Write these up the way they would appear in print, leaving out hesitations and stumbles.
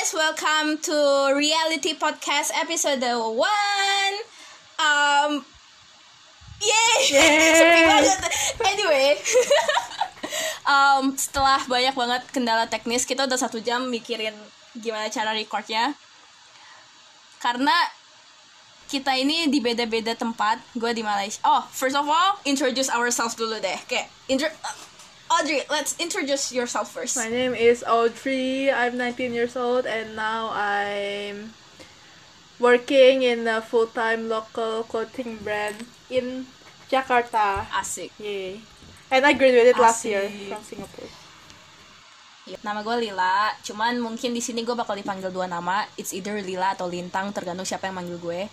guys, welcome to Reality Podcast episode 1. Yay! Sepi banget. Anyway, setelah banyak banget kendala teknis, kita udah 1 jam mikirin gimana cara recordnya. Karena kita ini di beda-beda tempat. Gue di Malaysia. Oh, first of all, introduce ourselves dulu deh. Kayak Audrey, let's introduce yourself first. My name is Audrey. I'm 19 years old and now I'm working in a full-time local clothing brand in Jakarta. Asik. Yay. And I graduated last year from Singapore. Nama gue Lila, cuman mungkin di sini gue bakal dipanggil 2 nama. It's either Lila atau Lintang, tergantung siapa yang manggil gue.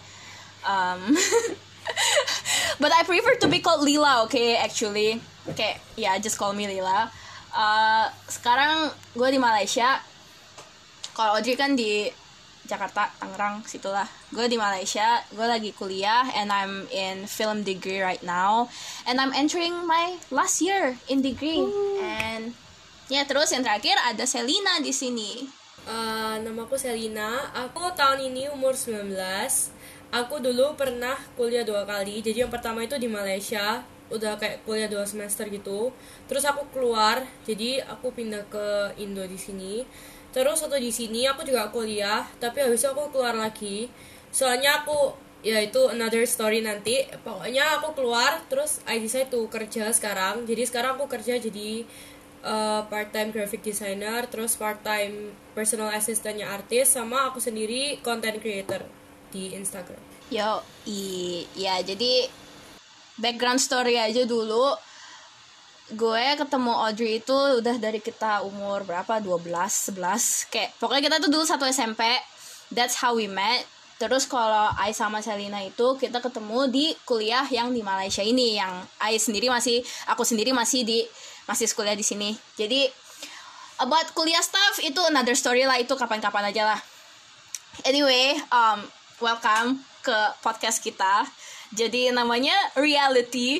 But I prefer to be called Lila, okay, actually. Okay, yeah, just call me Lila. Sekarang gue di Malaysia. Kalau Audrey kan di Jakarta, Tangerang, situlah. Gue di Malaysia, gue lagi kuliah, and I'm in film degree right now. And I'm entering my last year in degree. And ya, terus yang terakhir ada Selina di sini. Namaku Selina. Aku tahun ini umur 19. Aku dulu pernah kuliah 2 kali. Jadi yang pertama itu di Malaysia, udah kayak kuliah 2 semester gitu. Terus aku keluar, jadi aku pindah ke Indo di sini. Terus waktu di sini aku juga kuliah, tapi habis itu aku keluar lagi. Soalnya aku, ya itu another story nanti. Pokoknya aku keluar, terus I decide to kerja sekarang. Jadi sekarang aku kerja jadi part-time graphic designer, terus part-time personal assistant-nya artis, sama aku sendiri content creator di Instagram. Ya, jadi background story aja dulu. Gue ketemu Audrey itu udah dari kita umur berapa? 12, 11. Kayak pokoknya kita tuh dulu satu SMP. That's how we met. Terus kalau I sama Selina itu kita ketemu di kuliah yang di Malaysia ini, yang aku sendiri masih kuliah di sini. Jadi about kuliah stuff itu another story lah, itu kapan-kapan aja lah. Anyway, welcome ke podcast kita. Jadi namanya Reality,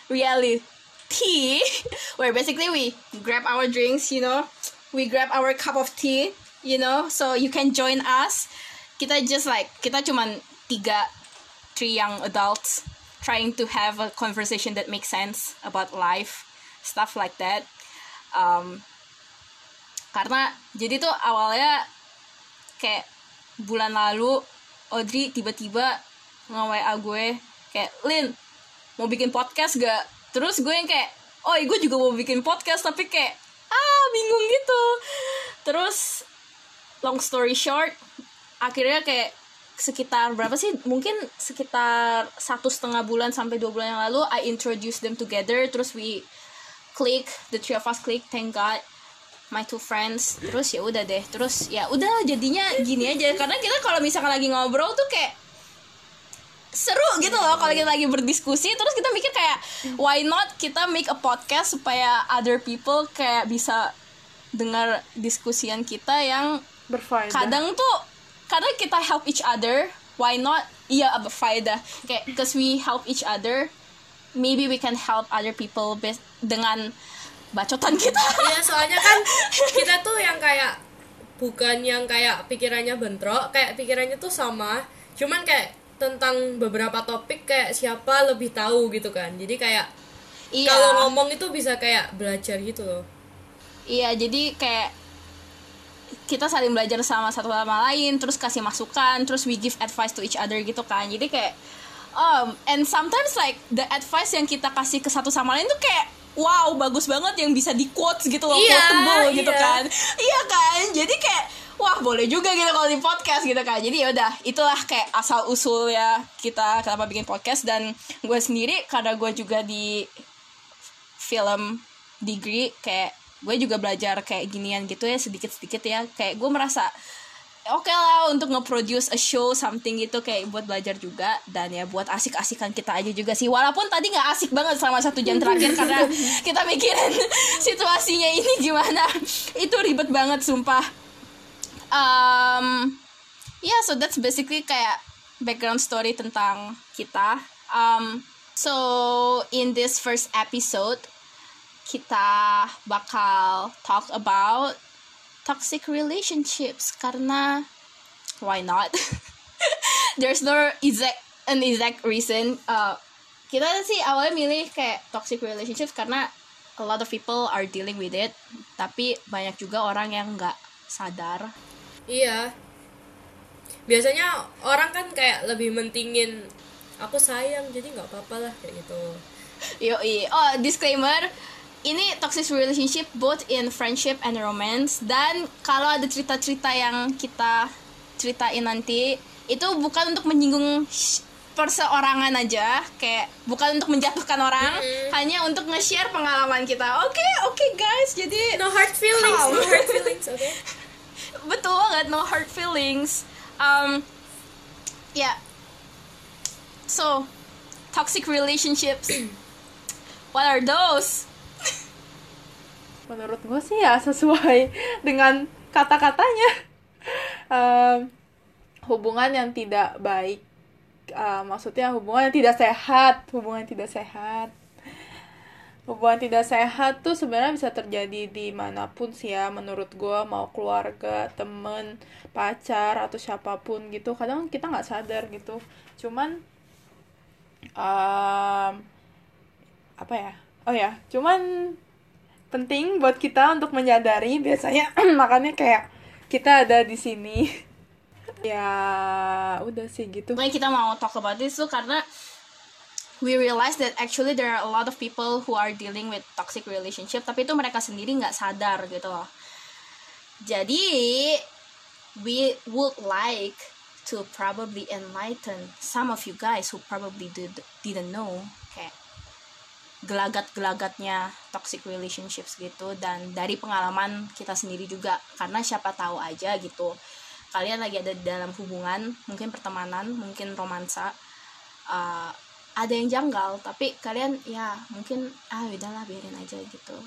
where basically we grab our drinks, we grab our cup of tea, so you can join us. Kita cuman 3 young adults trying to have a conversation that makes sense about life, stuff like that. Karena jadi tuh awalnya kayak bulan lalu Audrey tiba-tiba nge-WA gue kayak, Lin, mau bikin podcast gak? Terus gue yang kayak, gue juga mau bikin podcast, tapi kayak bingung gitu. Terus long story short, akhirnya kayak sekitar berapa sih, mungkin sekitar 1,5 bulan sampai 2 bulan yang lalu I introduced them together. Terus we click, the 3 of us click, thank God, my 2 friends. Terus ya udah deh, terus ya udah jadinya gini aja. Karena kita kalau misalkan lagi ngobrol tuh kayak seru gitu loh kalau kita lagi berdiskusi. Terus kita mikir kayak, why not kita make a podcast supaya other people kayak bisa dengar diskusian kita yang Berfaedah. kadang kita help each other. Why not? Iya, berfaedah. Kayak because we help each other, maybe we can help other people dengan bacotan kita. Iya, soalnya kan kita tuh yang kayak bukan yang kayak pikirannya bentrok, kayak pikirannya tuh sama, cuman kayak tentang beberapa topik kayak siapa lebih tahu gitu kan. Jadi kayak kalau ngomong itu bisa kayak belajar gitu loh. Iya, jadi kayak kita saling belajar sama satu sama lain, terus kasih masukan, terus we give advice to each other gitu kan. Jadi kayak and sometimes like the advice yang kita kasih ke satu sama lain tuh kayak wow, bagus banget, yang bisa di quotes gitu loh, quotable gitu kan. Iya kan? Jadi kayak wah, boleh juga gitu kalau di podcast gitu kan. Jadi yaudah, itulah kayak asal usul ya kita kenapa bikin podcast. Dan gue sendiri karena gue juga di film degree, kayak gue juga belajar kayak ginian gitu ya, sedikit-sedikit ya. Kayak gue merasa oke lah untuk nge-produce a show something gitu, kayak buat belajar juga. Dan ya buat asik-asikan kita aja juga sih. Walaupun tadi gak asik banget selama 1 jam terakhir karena kita mikirin situasinya ini gimana. Itu ribet banget sumpah. So that's basically kayak background story tentang kita. So in this first episode kita bakal talk about toxic relationships karena why not? There's no exact reason. Kita sih awalnya milih kayak toxic relationships karena a lot of people are dealing with it, tapi banyak juga orang yang nggak sadar. Iya. Biasanya orang kan kayak lebih mentingin aku sayang jadi nggak apa-apa lah kayak gitu. Yoi. Oh, disclaimer, ini toxic relationship both in friendship and romance. Dan kalau ada cerita-cerita yang kita ceritain nanti, itu bukan untuk menyinggung perseorangan aja, kayak bukan untuk menjatuhkan orang, hanya untuk nge-share pengalaman kita. Oke guys, jadi No hard feelings, calm. no hard feelings, oke? Betul banget, no hard feelings. Yeah. So, toxic relationships. What are those? Menurut gue sih ya sesuai dengan kata-katanya. Hubungan yang tidak baik, maksudnya hubungan yang tidak sehat. Hubungan tidak sehat tuh sebenarnya bisa terjadi dimanapun sih ya, menurut gue, mau keluarga, temen, pacar, atau siapapun gitu. Kadang kita nggak sadar gitu, cuman cuman penting buat kita untuk menyadari biasanya. Makanya kayak kita ada di sini. Ya udah sih gitu. Makanya kita mau talk about this tuh karena we realize that actually there are a lot of people who are dealing with toxic relationship, tapi itu mereka sendiri nggak sadar gitu loh. Jadi we would like to probably enlighten some of you guys who probably didn't know kayak gelagat-gelagatnya toxic relationships gitu, dan dari pengalaman kita sendiri juga, karena siapa tahu aja gitu kalian lagi ada di dalam hubungan, mungkin pertemanan, mungkin romansa, ada yang janggal, tapi kalian ya mungkin udahlah biarin aja gitu,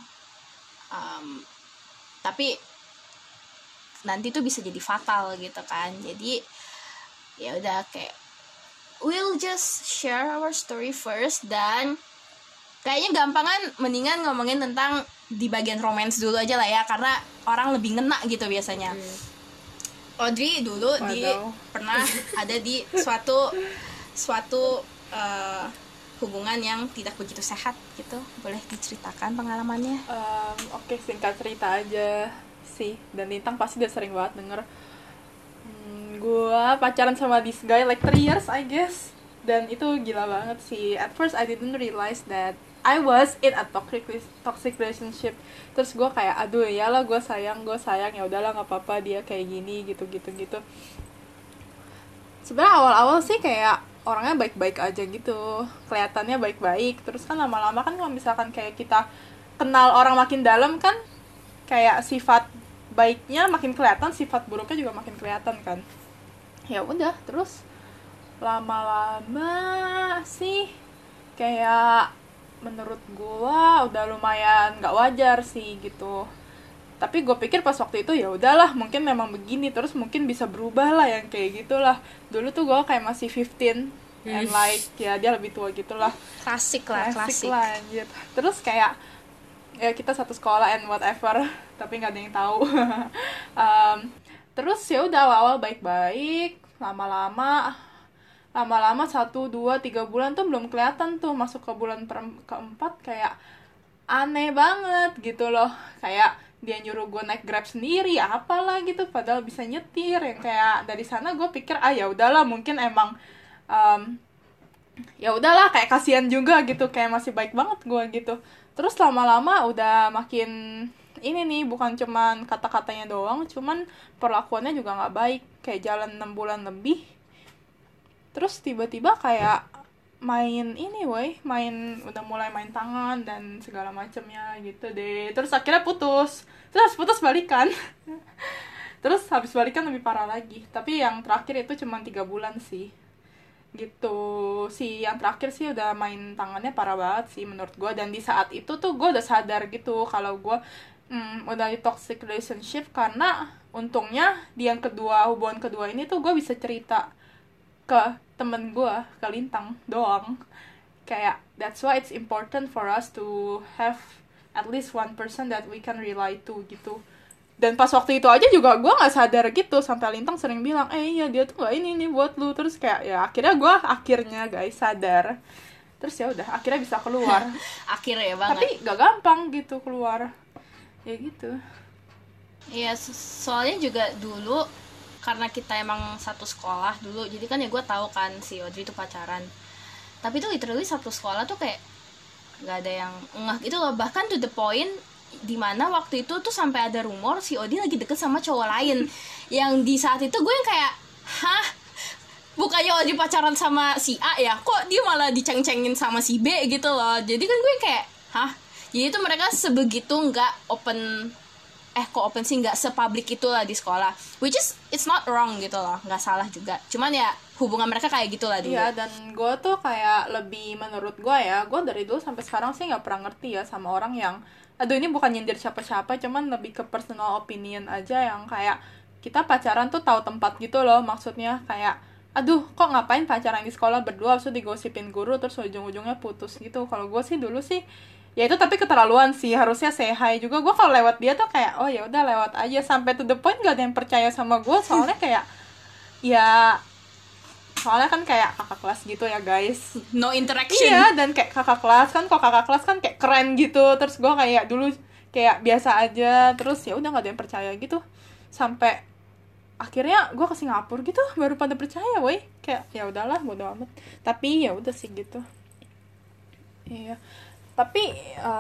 tapi nanti tuh bisa jadi fatal gitu kan. Jadi ya udah, kayak we'll just share our story first, dan kayaknya gampangan mendingan ngomongin tentang di bagian romance dulu aja lah ya, karena orang lebih ngena gitu biasanya. Audrey dulu pernah ada di suatu hubungan yang tidak begitu sehat gitu. Boleh diceritakan pengalamannya? Oke, singkat cerita aja sih, dan Lintang pasti udah sering banget denger. Gue pacaran sama this guy like 3 years I guess, dan itu gila banget sih. At first I didn't realize that I was in a toxic relationship. Terus gue kayak aduh iyalah gue sayang, ya udahlah nggak apa-apa dia kayak gini gitu. Sebenarnya awal-awal sih kayak orangnya baik-baik aja gitu, kelihatannya baik-baik. Terus kan lama-lama kan kalau misalkan kayak kita kenal orang makin dalam kan, kayak sifat baiknya makin kelihatan, sifat buruknya juga makin kelihatan kan. Ya udah, terus lama-lama sih kayak menurut gua udah lumayan nggak wajar sih gitu. Tapi gue pikir pas waktu itu ya udahlah, mungkin memang begini, terus mungkin bisa berubah lah yang kayak gitulah. Dulu tuh gue kayak masih 15 and like ya dia lebih tua gitulah. Klasik lah anjir. Terus kayak ya kita satu sekolah and whatever, tapi nggak ada yang tahu. Terus ya udah awal-awal baik-baik, lama-lama 1, 2, 3 bulan tuh belum kelihatan tuh, masuk ke bulan keempat kayak aneh banget gitu loh. Kayak dia nyuruh gue naik Grab sendiri apalah gitu, padahal bisa nyetir. Yang kayak dari sana gue pikir ya udahlah, mungkin emang ya udahlah, kayak kasihan juga gitu, kayak masih baik banget gue gitu. Terus lama-lama udah makin ini nih, bukan cuman kata-katanya doang, cuman perlakuannya juga nggak baik. Kayak jalan 6 bulan lebih, terus tiba-tiba kayak udah mulai main tangan dan segala macamnya gitu deh. Terus akhirnya putus balikan. Terus habis balikan lebih parah lagi. Tapi yang terakhir itu cuma 3 bulan sih gitu sih. Yang terakhir sih udah main tangannya parah banget sih menurut gue. Dan di saat itu tuh gue udah sadar gitu kalau gue udah di toxic relationship, karena untungnya di hubungan kedua ini tuh gue bisa cerita ke temen gue, ke Lintang doang. Kayak that's why it's important for us to have at least one person that we can rely to gitu. Dan pas waktu itu aja juga gue nggak sadar gitu, sampai Lintang sering bilang, iya dia tuh nggak ini nih buat lu. Terus kayak ya akhirnya guys sadar. Terus ya udah akhirnya bisa keluar. Akhirnya banget. Tapi gak gampang gitu keluar. Ya gitu. Iya, soalnya juga dulu karena kita emang satu sekolah dulu, jadi kan ya gue tahu kan si Audrey itu pacaran. Tapi tuh literally satu sekolah tuh kayak nggak ada yang ngeh gitu loh. Bahkan to the point dimana waktu itu tuh sampai ada rumor si Audrey lagi deket sama cowok lain. Yang di saat itu gue yang kayak, hah? Bukannya Audrey pacaran sama si A ya? Kok dia malah diceng-cengin sama si B gitu loh. Jadi kan gue kayak, hah? Jadi itu mereka sebegitu nggak open, kok open sih, nggak sepublik itulah di sekolah, which is it's not wrong gitu loh, nggak salah juga, cuman ya hubungan mereka kayak gitulah dulu. Iya, dan gue tuh kayak lebih, menurut gue ya, gue dari dulu sampai sekarang sih nggak pernah ngerti ya sama orang yang, aduh ini bukan nyindir siapa-siapa, cuman lebih ke personal opinion aja, yang kayak kita pacaran tuh tahu tempat gitu loh, maksudnya kayak, aduh kok ngapain pacaran di sekolah berdua, terus digosipin guru, terus ujung-ujungnya putus gitu. Kalau gue sih dulu sih ya itu, tapi keterlaluan sih, harusnya say hi juga. Gue kalau lewat dia tuh kayak, oh ya udah lewat aja, sampai to the point gak ada yang percaya sama gue, soalnya kayak ya soalnya kan kayak kakak kelas gitu ya guys, no interaction. iya, dan kayak kakak kelas kan, kok kakak kelas kan kayak keren gitu, terus gue kayak dulu kayak biasa aja, terus ya udah gak ada yang percaya gitu, sampai akhirnya gue ke Singapura gitu baru pada percaya, woi, kayak ya udahlah bodo amat. Tapi ya udah sih gitu. Iya. Tapi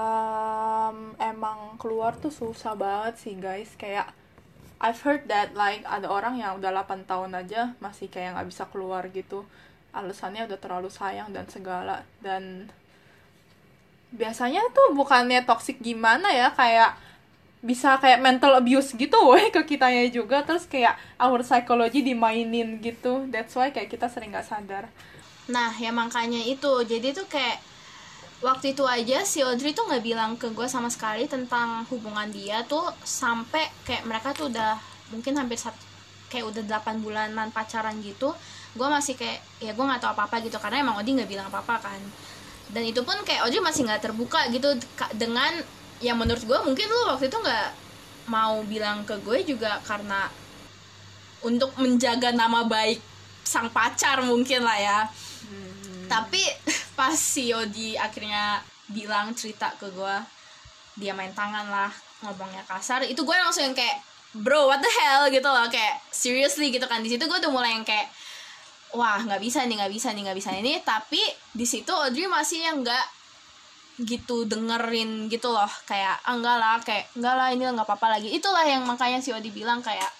emang keluar tuh susah banget sih guys. Kayak I've heard that like ada orang yang udah 8 tahun aja masih kayak gak bisa keluar gitu. Alasannya udah terlalu sayang dan segala. Dan biasanya tuh bukannya toxic gimana ya, kayak bisa kayak mental abuse gitu weh ke kitanya juga. Terus kayak our psychology dimainin gitu. That's why kayak kita sering gak sadar. Nah ya makanya itu, jadi tuh kayak waktu itu aja si Audrey tuh nggak bilang ke gue sama sekali tentang hubungan dia tuh, sampai kayak mereka tuh udah mungkin hampir kayak udah 8 bulanan pacaran gitu. Gue masih kayak ya gue nggak tahu apa-apa gitu, karena emang Audrey nggak bilang apa-apa kan. Dan itu pun kayak Audrey masih nggak terbuka gitu dengan yang menurut gue mungkin lu waktu itu nggak mau bilang ke gue juga karena untuk menjaga nama baik sang pacar mungkin lah ya. Tapi pas si Yodi akhirnya bilang, cerita ke gue, dia main tangan lah, ngomongnya kasar, itu gue langsung yang kayak, bro what the hell gitu loh, kayak seriously gitu kan. Di situ gue udah mulai yang kayak, wah nggak bisa nih. Tapi di situ Audrey masih yang nggak gitu dengerin gitu loh, kayak enggak lah ini nggak apa-apa lagi. Itulah yang makanya si Odi bilang kayak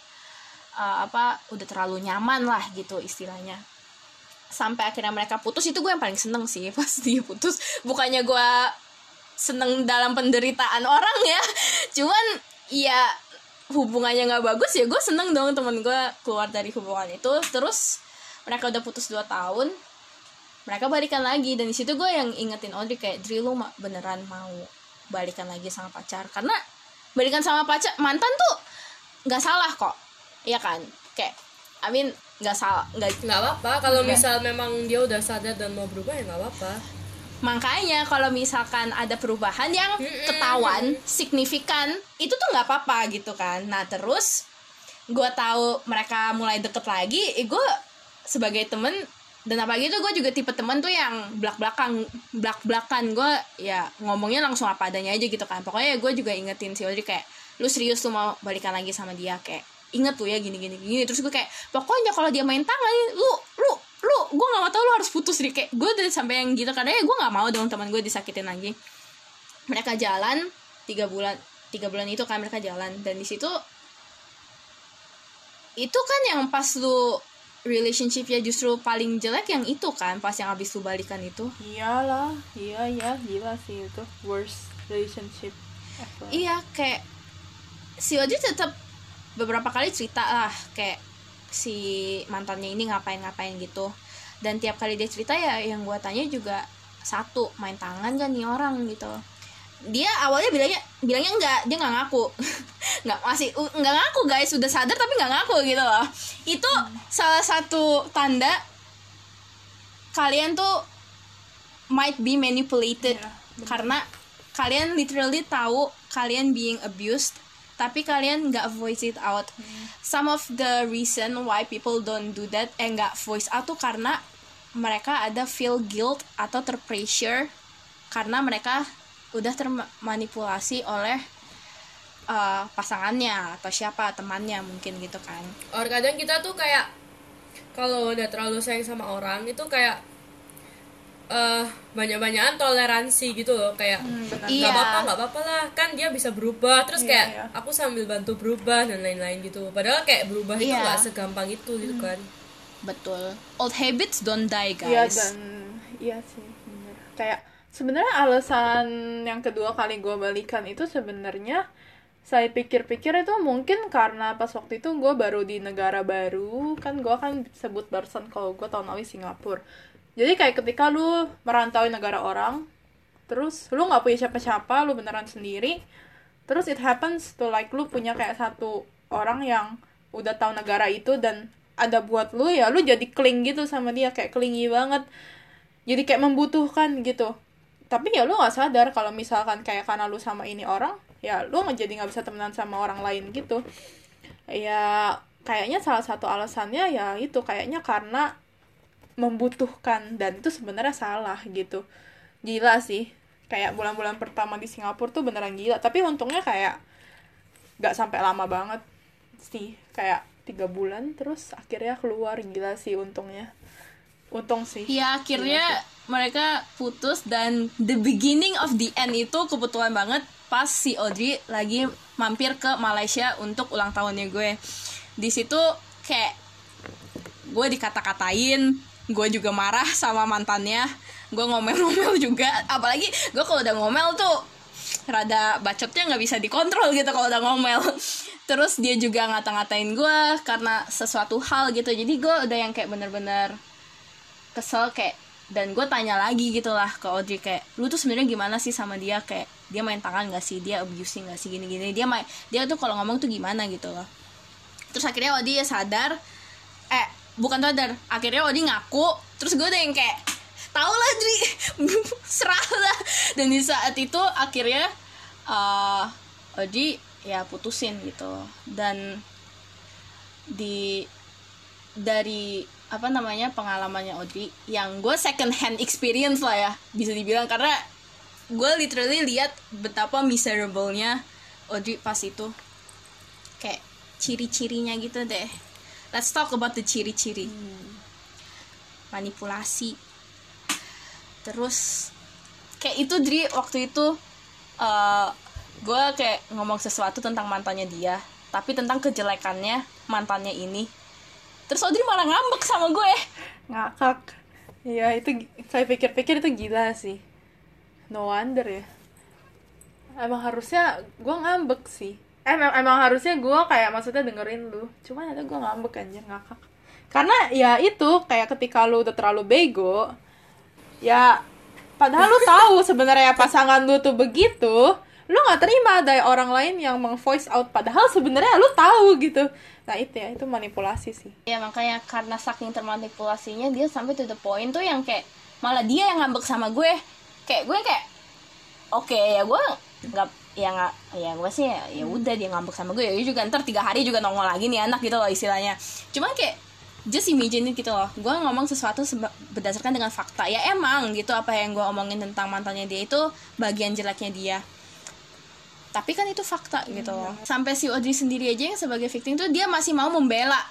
udah terlalu nyaman lah gitu istilahnya. Sampai akhirnya mereka putus, itu gue yang paling seneng sih pas dia putus. Bukannya gue seneng dalam penderitaan orang ya, cuman ya hubungannya nggak bagus ya gue seneng dong temen gue keluar dari hubungan itu. Terus mereka udah putus 2 tahun, mereka balikan lagi. Dan di situ gue yang ingetin Audrey kayak, Dri lu beneran mau balikan lagi sama pacar? Karena balikan sama pacar mantan tuh nggak salah kok, iya kan? Kayak nggak salah, nggak apa-apa kalau misal memang dia udah sadar dan mau berubah ya nggak apa-apa. Makanya kalau misalkan ada perubahan yang ketahuan signifikan, itu tuh nggak apa-apa gitu kan. Nah terus gue tahu mereka mulai deket lagi, gue sebagai temen, dan apalagi itu gue juga tipe temen tuh yang belak-belakan, gue ya ngomongnya langsung apa adanya aja gitu kan. Pokoknya gue juga ingetin si Audrey kayak, lu serius tuh mau balikan lagi sama dia, kayak inget tuh ya gini. Terus gue kayak, pokoknya kalau dia main tangan, lu gue nggak mau tahu, lu harus putus deh. Kayak gue udah sampai yang gitu, karena ya gue nggak mau dong teman gue disakitin lagi. Mereka jalan 3 bulan itu kan, mereka jalan. Dan di situ itu kan yang pas lu relationship-nya justru paling jelek yang itu kan, pas yang abis lu balikan itu. Iyalah, iya gila sih itu worst relationship ever. Iya, kayak si Audrey tetap beberapa kali cerita lah kayak si mantannya ini ngapain gitu. Dan tiap kali dia cerita ya yang gue tanya juga satu, main tangan gak nih orang gitu. Dia awalnya bilangnya enggak, dia nggak ngaku. nggak ngaku guys, sudah sadar tapi nggak ngaku gitu loh. Itu salah satu tanda kalian tuh might be manipulated, karena kalian literally tahu kalian being abused tapi kalian nggak voice it out. Some of the reason why people don't do that nggak voice out tuh karena mereka ada feel guilt atau terpressure karena mereka udah termanipulasi oleh pasangannya atau siapa, temannya mungkin gitu kan. Or kadang kita tuh kayak kalau udah terlalu sayang sama orang itu kayak banyak-banyakan toleransi gitu loh, kayak nggak apa-apa lah, kan dia bisa berubah, terus kayak aku sambil bantu berubah dan lain-lain gitu, padahal kayak berubah itu nggak segampang itu gitu kan. Betul, old habits don't die guys. Iya, dan iya sih bener. Kayak sebenarnya alasan yang kedua kali gue balikan itu sebenarnya saya pikir-pikir itu mungkin karena pas waktu itu gue baru di negara baru, kan gue kan sebut barusan kalau gue tahun lalu Singapura. Jadi kayak ketika lu merantau negara orang, terus lu nggak punya siapa-siapa, lu beneran sendiri, terus it happens to like lu punya kayak satu orang yang udah tahu negara itu dan ada buat lu, ya lu jadi cling gitu sama dia, kayak clingy banget, jadi kayak membutuhkan gitu. Tapi ya lu nggak sadar kalau misalkan kayak karena lu sama ini orang, ya lu jadi nggak bisa temenan sama orang lain gitu. Ya kayaknya salah satu alasannya ya itu kayaknya karena membutuhkan, dan itu sebenarnya salah gitu. Gila sih, kayak bulan-bulan pertama di Singapura tuh beneran gila, tapi untungnya kayak nggak sampai lama banget sih, kayak 3 bulan terus akhirnya keluar. Gila sih, untungnya, untung sih ya akhirnya mereka putus. Dan the beginning of the end itu kebetulan banget pas si Audrey lagi mampir ke Malaysia untuk ulang tahunnya gue. Di situ kayak gue dikata-katain, gue juga marah sama mantannya, gue ngomel-ngomel juga. Apalagi gue kalau udah ngomel tuh rada bacotnya nggak bisa dikontrol gitu kalau udah ngomel. Terus dia juga ngata-ngatain gue karena sesuatu hal gitu. Jadi gue udah yang kayak bener-bener kesel kayak, dan gue tanya lagi gitu lah ke Audrey kayak, lu tuh sebenarnya gimana sih sama dia, kayak dia main tangan nggak sih, dia abusing nggak sih, gini-gini, dia tuh kalau ngomong tuh gimana gitu loh. Terus akhirnya Audrey sadar, bukan sadar, akhirnya Audrey ngaku. Terus gue udah yang kayak, tau lah Dri, serah lah. Dan di saat itu akhirnya Audrey ya putusin gitu. Dan dari pengalamannya Audrey, yang gue second hand experience lah ya bisa dibilang, karena gue literally lihat betapa miserable-nya Audrey pas itu, kayak ciri-cirinya gitu deh. Let's talk about the ciri-ciri. Manipulasi. Terus kayak itu Dri, waktu itu gue kayak ngomong sesuatu tentang mantannya dia, tapi tentang kejelekannya mantannya ini. Terus Audrey malah ngambek sama gue. Ngakak. Iya, itu saya pikir-pikir itu gila sih. No wonder ya. Emang harusnya gue ngambek sih. Emang harusnya gue kayak maksudnya dengerin lu. Cuma ada gue ngambek anjir, ngakak. Karena ya itu kayak ketika lu udah terlalu bego, ya padahal lu tahu sebenarnya pasangan lu tuh begitu, lu nggak terima ada orang lain yang meng-voice out padahal sebenarnya lu tahu gitu. Nah itu manipulasi sih. Ya makanya karena saking termanipulasinya dia sampai to the point tuh yang kayak malah dia yang ngambek sama gue. Kayak gue kayak oke, ya gue nggak ya gue sih ya udah dia ngambek sama gue, ya juga ntar 3 hari juga nongol lagi nih anak gitu loh istilahnya. Cuman kayak just imagine gitu loh, gue ngomong sesuatu berdasarkan dengan fakta. Ya emang gitu, apa yang gue omongin tentang mantannya dia itu bagian jeleknya dia, tapi kan itu fakta gitu loh. Sampai si Audrey sendiri aja yang sebagai victim tuh dia masih mau membela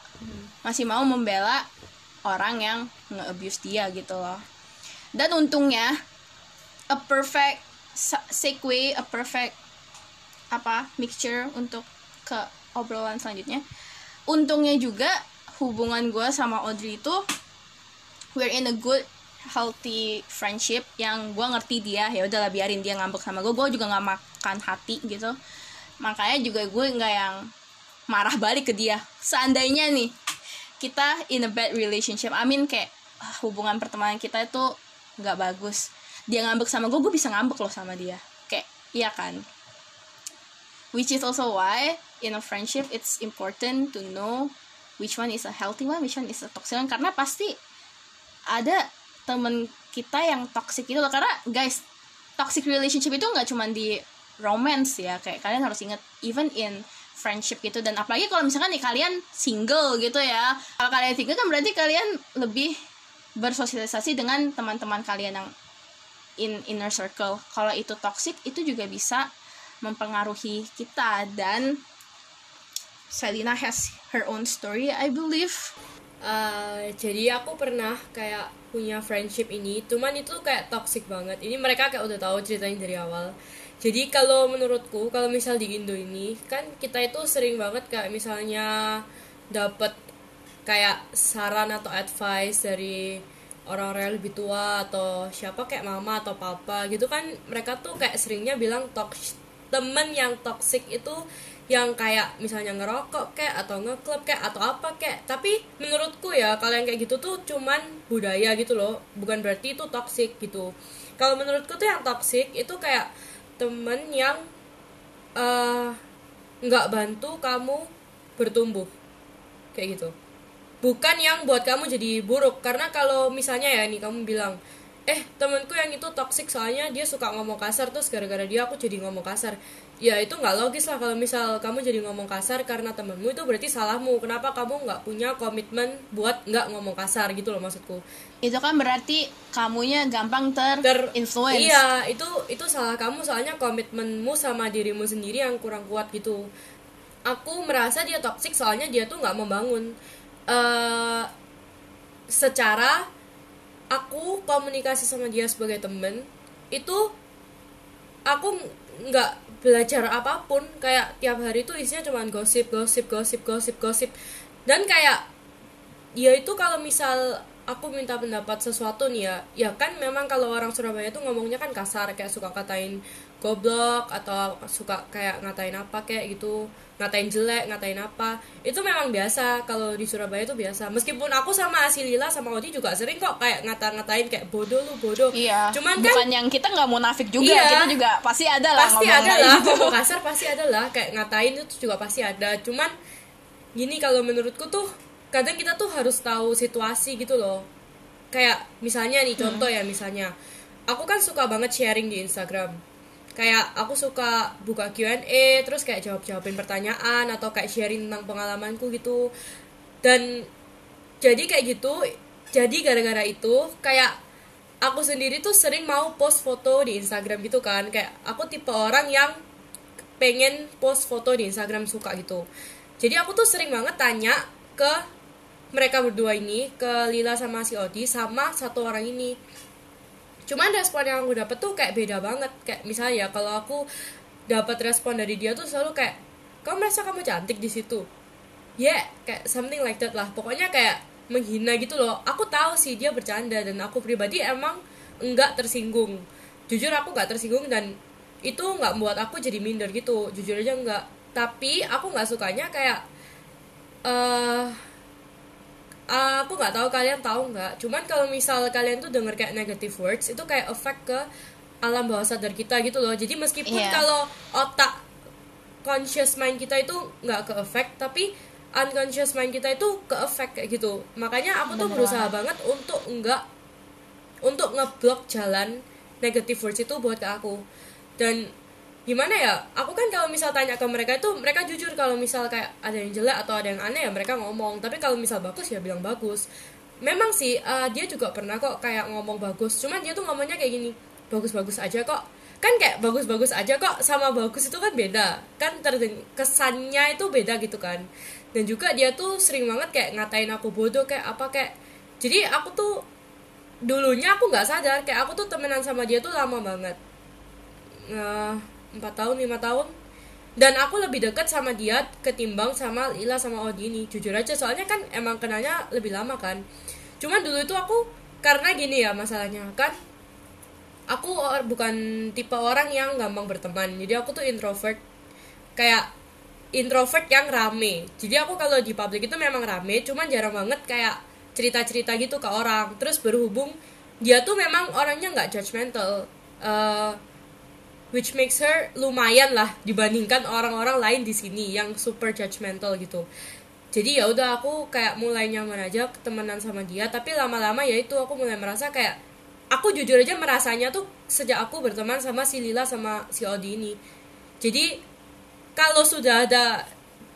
orang yang nge-abuse dia gitu loh. Dan untungnya a perfect segue, a perfect mixture untuk ke obrolan selanjutnya. Untungnya juga hubungan gue sama Audrey itu we're in a good healthy friendship, yang gue ngerti dia, ya udahlah biarin dia ngambek sama gue juga nggak makan hati gitu. Makanya juga gue nggak yang marah balik ke dia. Seandainya nih kita in a bad relationship, kayak hubungan pertemanan kita itu nggak bagus, dia ngambek sama gue bisa ngambek loh sama dia, kayak iya kan. Which is also why in a friendship it's important to know which one is a healthy one, which one is a toxic one, karena pasti ada temen kita yang toxic itu loh. Karena guys, toxic relationship itu nggak cuma di romance ya, kayak kalian harus ingat even in friendship gitu. Dan apalagi kalau misalkan nih kalian single gitu ya, kalau kalian single kan berarti kalian lebih bersosialisasi dengan teman-teman kalian yang in inner circle. Kalau itu toxic itu juga bisa mempengaruhi kita. Dan Selina has her own story, I believe. Jadi aku pernah kayak punya friendship ini, cuman itu kayak toxic banget. Ini mereka kayak udah tahu ceritanya dari awal. Jadi kalau menurutku, kalau misal di Indo ini kan kita itu sering banget kayak misalnya dapet kayak saran atau advice dari orang-orang yang lebih tua atau siapa kayak mama atau papa gitu kan, mereka tuh kayak seringnya bilang temen yang toxic itu yang kayak misalnya ngerokok kayak atau ngeklub kayak atau apa kayak. Tapi menurutku ya kalau yang kayak gitu tuh cuman budaya gitu loh, bukan berarti itu toxic gitu. Kalau menurutku tuh yang toxic itu kayak temen yang nggak bantu kamu bertumbuh kayak gitu, bukan yang buat kamu jadi buruk. Karena kalau misalnya ya nih kamu bilang temanku yang itu toxic soalnya dia suka ngomong kasar, terus gara-gara dia aku jadi ngomong kasar, ya itu nggak logis lah. Kalau misal kamu jadi ngomong kasar karena temanmu, itu berarti salahmu. Kenapa kamu nggak punya komitmen buat nggak ngomong kasar gitu loh maksudku. Itu kan berarti kamunya gampang terinfluence. Iya, itu salah kamu, soalnya komitmenmu sama dirimu sendiri yang kurang kuat gitu. Aku merasa dia toxic soalnya dia tuh nggak membangun. Secara aku komunikasi sama dia sebagai temen itu, aku nggak belajar apapun. Kayak tiap hari tuh isinya cuman gosip. Dan kayak dia itu kalau misal aku minta pendapat sesuatu nih ya kan memang kalau orang Surabaya tuh ngomongnya kan kasar, kayak suka katain goblok atau suka kayak ngatain apa kayak gitu, ngatain jelek, ngatain apa. Itu memang biasa kalau di Surabaya itu biasa. Meskipun aku sama Asilila sama Odi juga sering kok kayak ngatain kayak bodoh lu bodoh. Iya. Cuman bukan kan yang kita nggak munafik juga, iya, kita juga pasti ada lah pasti ngomong ada kayak lah gitu. ngomong kasar, pasti ada lah kayak ngatain itu juga pasti ada. Cuman gini, kalau menurutku tuh kadang kita tuh harus tahu situasi gitu loh. Kayak misalnya nih contoh ya, misalnya aku kan suka banget sharing di Instagram. Kayak aku suka buka Q&A, terus kayak jawabin pertanyaan atau kayak sharing tentang pengalamanku gitu. Dan jadi kayak gitu, jadi gara-gara itu kayak aku sendiri tuh sering mau post foto di Instagram gitu kan. Kayak aku tipe orang yang pengen post foto di Instagram, suka gitu. Jadi aku tuh sering banget tanya ke mereka berdua ini, ke Lila sama si Odi sama satu orang ini. Cuman respon yang aku dapet tuh kayak beda banget. Kayak misalnya kalau aku dapat respon dari dia tuh selalu kayak, kamu merasa kamu cantik di situ, kayak something like that lah. Pokoknya kayak menghina gitu loh. Aku tahu sih dia bercanda dan aku pribadi emang enggak tersinggung. Jujur aku enggak tersinggung dan itu enggak membuat aku jadi minder gitu. Jujur aja enggak. Tapi aku enggak sukanya kayak aku nggak tahu kalian tahu nggak, cuman kalau misal kalian tuh denger kayak negative words itu kayak efek ke alam bawah sadar kita gitu loh. Jadi meskipun kalau otak conscious mind kita itu nggak ke efek, tapi unconscious mind kita itu ke efek kayak gitu. Makanya aku tuh berusaha banget untuk ngeblok jalan negative words itu buat ke aku. Dan gimana ya, aku kan kalau misal tanya ke mereka itu mereka jujur. Kalau misal kayak ada yang jelek atau ada yang aneh ya mereka ngomong, tapi kalau misal bagus ya bilang bagus. Memang sih dia juga pernah kok kayak ngomong bagus, cuman dia tuh ngomongnya kayak gini, bagus-bagus aja kok. Kan kayak bagus-bagus aja kok sama bagus itu kan beda kan, kesannya itu beda gitu kan. Dan juga dia tuh sering banget kayak ngatain aku bodoh kayak apa kayak. Jadi aku tuh dulunya aku nggak sadar kayak aku tuh temenan sama dia tuh lama banget, 4 tahun 5 tahun, dan aku lebih dekat sama dia ketimbang sama Lila sama Odi ini, jujur aja. Soalnya kan emang kenalnya lebih lama kan. Cuman dulu itu aku karena gini ya masalahnya kan, aku bukan tipe orang yang gampang berteman. Jadi aku tuh introvert, kayak introvert yang rame. Jadi aku kalau di publik itu memang rame, cuman jarang banget kayak cerita-cerita gitu ke orang. Terus berhubung dia tuh memang orangnya nggak judgmental, which makes her lumayan lah dibandingkan orang-orang lain di sini yang super judgmental gitu. Jadi ya udah aku kayak mulai nyaman aja temenan sama dia. Tapi lama-lama ya itu aku mulai merasa kayak, aku jujur aja merasanya tuh sejak aku berteman sama si Lila sama si Odi ini. Jadi kalau sudah ada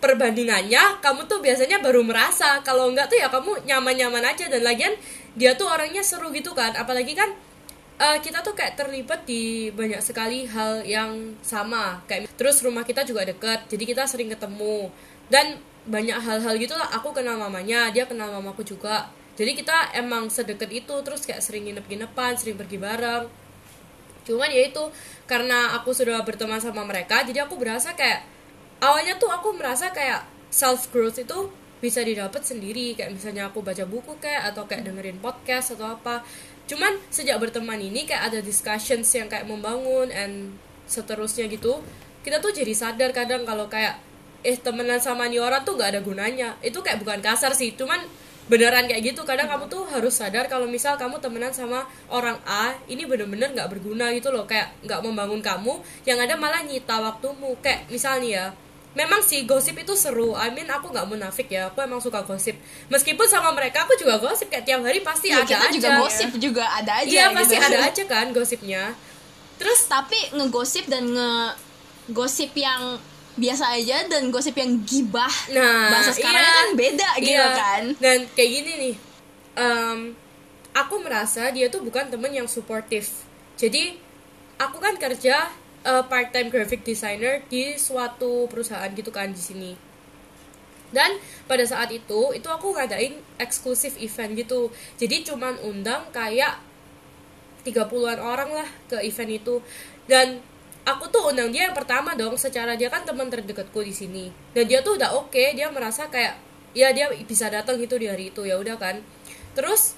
perbandingannya kamu tuh biasanya baru merasa, kalau enggak tuh ya kamu nyaman-nyaman aja. Dan lagian dia tuh orangnya seru gitu kan, apalagi kan kita tuh kayak terlibat di banyak sekali hal yang sama, kayak terus rumah kita juga deket, jadi kita sering ketemu dan banyak hal-hal gitu lah. Aku kenal mamanya, dia kenal mamaku juga, jadi kita emang sedekat itu. Terus kayak sering nginep-nginepan, sering pergi bareng. Cuman ya itu, karena aku sudah berteman sama mereka, jadi aku berasa kayak awalnya tuh aku merasa kayak self growth itu bisa didapat sendiri, kayak misalnya aku baca buku kayak, atau kayak dengerin podcast atau apa. Cuman sejak berteman ini kayak ada discussions yang kayak membangun and seterusnya gitu, kita tuh jadi sadar kadang kalau kayak temenan sama nih orang tuh gak ada gunanya. Itu kayak bukan kasar sih, cuman beneran kayak gitu. Kadang kamu tuh harus sadar kalau misal kamu temenan sama orang A, ini bener-bener gak berguna gitu loh, kayak gak membangun kamu, yang ada malah nyita waktumu. Kayak misalnya ya, memang sih gosip itu seru, aku gak munafik ya, aku emang suka gosip. Meskipun sama mereka aku juga gosip, kayak tiap hari pasti ya, ada kita aja. juga gosip juga ada aja. Iya, pasti gitu. ada aja kan gosipnya. Terus tapi ngegosip dan ngegosip yang biasa aja dan gosip yang gibah, bahasa sekarang kan beda gitu kan. Dan kayak gini nih, aku merasa dia tuh bukan temen yang suportif. Jadi aku kan kerja part-time graphic designer di suatu perusahaan gitu kan di sini. Dan pada saat itu aku ngadain eksklusif event gitu. Jadi cuman undang kayak 30-an orang lah ke event itu. Dan aku tuh undang dia yang pertama dong, secara dia kan teman terdekatku di sini. Dan dia tuh udah oke, dia merasa kayak ya dia bisa datang gitu di hari itu, ya udah kan. Terus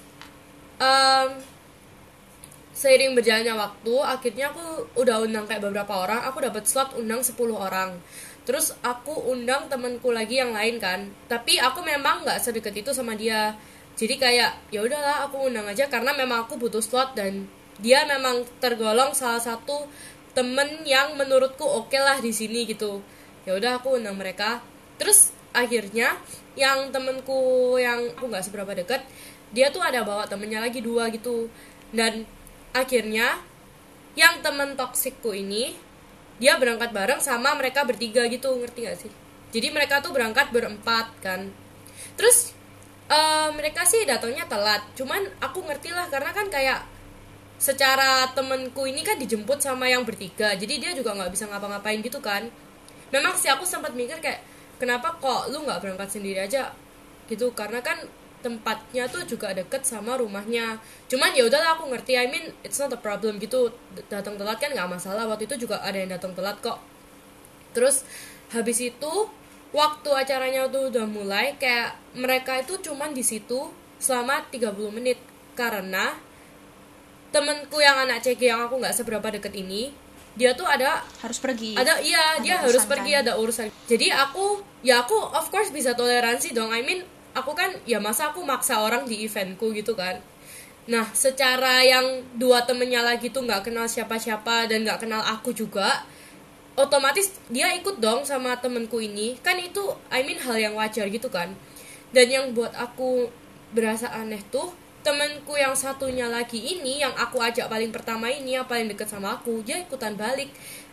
seiring berjalannya waktu, akhirnya aku udah undang kayak beberapa orang, aku dapat slot undang 10 orang. Terus aku undang temanku lagi yang lain kan, tapi aku memang nggak sedekat itu sama dia. Jadi kayak ya udahlah aku undang aja karena memang aku butuh slot dan dia memang tergolong salah satu temen yang menurutku oke lah di sini gitu. Ya udah aku undang mereka. Terus akhirnya yang temenku yang aku nggak seberapa dekat, dia tuh ada bawa temennya lagi 2 gitu. Dan akhirnya yang temen toksikku ini dia berangkat bareng sama mereka bertiga gitu, ngerti gak sih? Jadi mereka tuh berangkat berempat kan. Terus mereka sih datangnya telat, cuman aku ngerti lah karena kan kayak secara temenku ini kan dijemput sama yang bertiga, jadi dia juga nggak bisa ngapa-ngapain gitu kan. Memang sih aku sempat mikir kayak kenapa kok lu nggak berangkat sendiri aja gitu, karena kan tempatnya tuh juga deket sama rumahnya. Cuman ya udahlah aku ngerti, it's not a problem gitu, datang telat kan nggak masalah. Waktu itu juga ada yang datang telat kok. Terus habis itu waktu acaranya tuh udah mulai, kayak mereka itu cuman di situ selama 30 menit karena temenku yang anak CG yang aku nggak seberapa deket ini, dia tuh harus pergi. Dia harus pergi, ada urusan. Jadi aku of course bisa toleransi dong. Aku kan ya masa aku maksa orang di eventku gitu kan. Nah secara yang 2 temennya lagi tuh nggak kenal siapa-siapa dan nggak kenal aku juga, otomatis dia ikut dong sama temenku ini. Kan itu hal yang wajar gitu kan. Dan yang buat aku berasa aneh tuh, temenku yang satunya lagi ini, yang aku ajak paling pertama ini, yang paling deket sama aku, dia ikutan balik.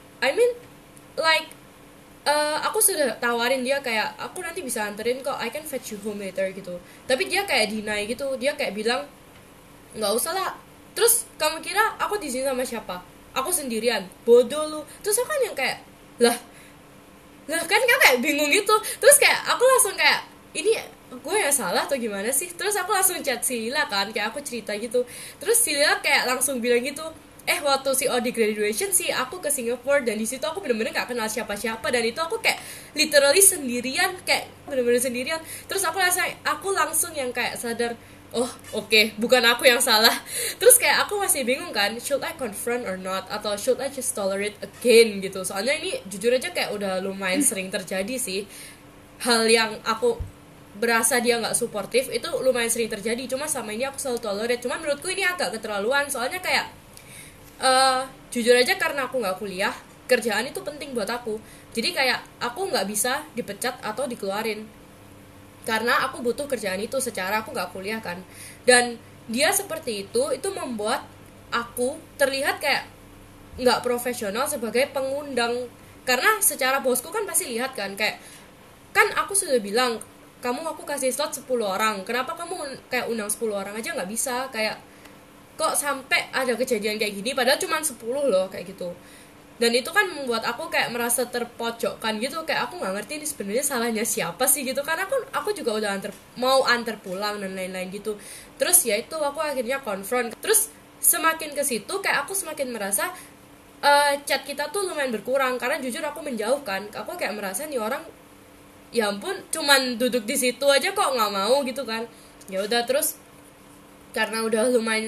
Aku sudah tawarin dia kayak, aku nanti bisa anterin kok, I can fetch you home later gitu. Tapi dia kayak deny gitu, dia kayak bilang, nggak usah lah. Terus kamu kira aku di sini sama siapa? Aku sendirian, bodoh lu. Terus aku kan yang kayak, lah kan kayak bingung gitu. Terus kayak aku langsung kayak, ini gue yang salah atau gimana sih? Terus aku langsung chat si Lila kan, kayak aku cerita gitu. Terus si Lila kayak langsung bilang gitu, waktu si Odi graduation sih aku ke Singapore dan di situ aku bener-bener gak kenal siapa-siapa, dan itu aku kayak literally sendirian, kayak bener-bener sendirian. Terus aku langsung yang kayak sadar, oh oke, bukan aku yang salah. Terus kayak aku masih bingung kan, should I confront or not, atau should I just tolerate again gitu. Soalnya ini jujur aja kayak udah lumayan sering terjadi sih. Hal yang aku berasa dia nggak suportif itu lumayan sering terjadi. Cuma sama ini aku selalu tolerate. Cuma menurutku ini agak keterlaluan. Soalnya kayak jujur aja karena aku nggak kuliah, kerjaan itu penting buat aku. Jadi kayak aku nggak bisa dipecat atau dikeluarin karena aku butuh kerjaan itu, secara aku nggak kuliah kan. Dan dia seperti itu membuat aku terlihat kayak nggak profesional sebagai pengundang. Karena secara bosku kan pasti lihat kan, kayak kan aku sudah bilang aku kasih slot 10 orang, kenapa kamu kayak undang 10 orang aja nggak bisa, kayak kok sampai ada kejadian kayak gini padahal cuma 10 loh kayak gitu. Dan itu kan membuat aku kayak merasa terpojokkan gitu, kayak aku nggak ngerti ini sebenarnya salahnya siapa sih gitu, karena aku juga udah mau antar pulang dan lain-lain gitu. Terus ya itu aku akhirnya konfront, terus semakin ke situ kayak aku semakin merasa chat kita tuh lumayan berkurang, karena jujur aku menjauhkan, aku kayak merasa nih orang ya ampun cuman duduk di situ aja kok nggak mau gitu kan. Ya udah, terus karena udah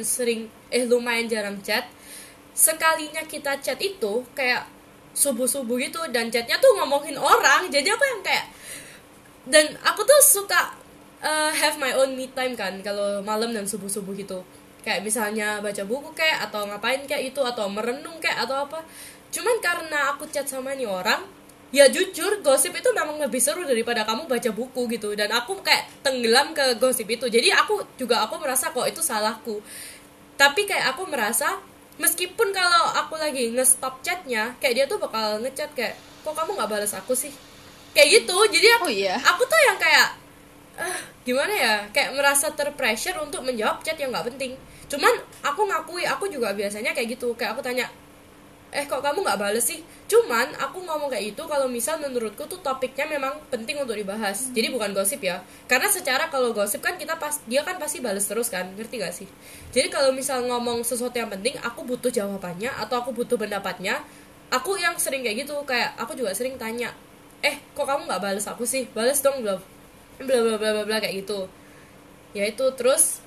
lumayan jarang chat, sekalinya kita chat itu kayak subuh-subuh gitu, dan chatnya tuh ngomongin orang, jadi aku yang kayak, dan aku tuh suka have my own me time kan kalau malam dan subuh-subuh gitu, kayak misalnya baca buku kayak atau ngapain kayak itu, atau merenung kayak atau apa. Cuman karena aku chat sama nih orang, ya jujur gosip itu memang lebih seru daripada kamu baca buku gitu, dan aku kayak tenggelam ke gosip itu. Jadi aku merasa kok itu salahku, tapi kayak aku merasa meskipun kalau aku lagi nge-stop chatnya, kayak dia tuh bakal ngechat kayak, kok kamu nggak balas aku sih, kayak gitu. Jadi aku tuh yang kayak gimana ya, kayak merasa terpressure untuk menjawab chat yang nggak penting. Cuman aku ngakui aku juga biasanya kayak gitu, kayak aku tanya, kok kamu nggak bales sih. Cuman aku ngomong kayak itu kalau misal menurutku tuh topiknya memang penting untuk dibahas, jadi bukan gosip ya. Karena secara kalau gosip kan dia kan pasti bales terus kan, ngerti gak sih? Jadi kalau misal ngomong sesuatu yang penting, aku butuh jawabannya atau aku butuh pendapatnya. Aku yang sering kayak gitu, kayak aku juga sering tanya, kok kamu nggak bales aku sih, bales dong, bla bla bla bla bla kayak gitu. Ya itu, terus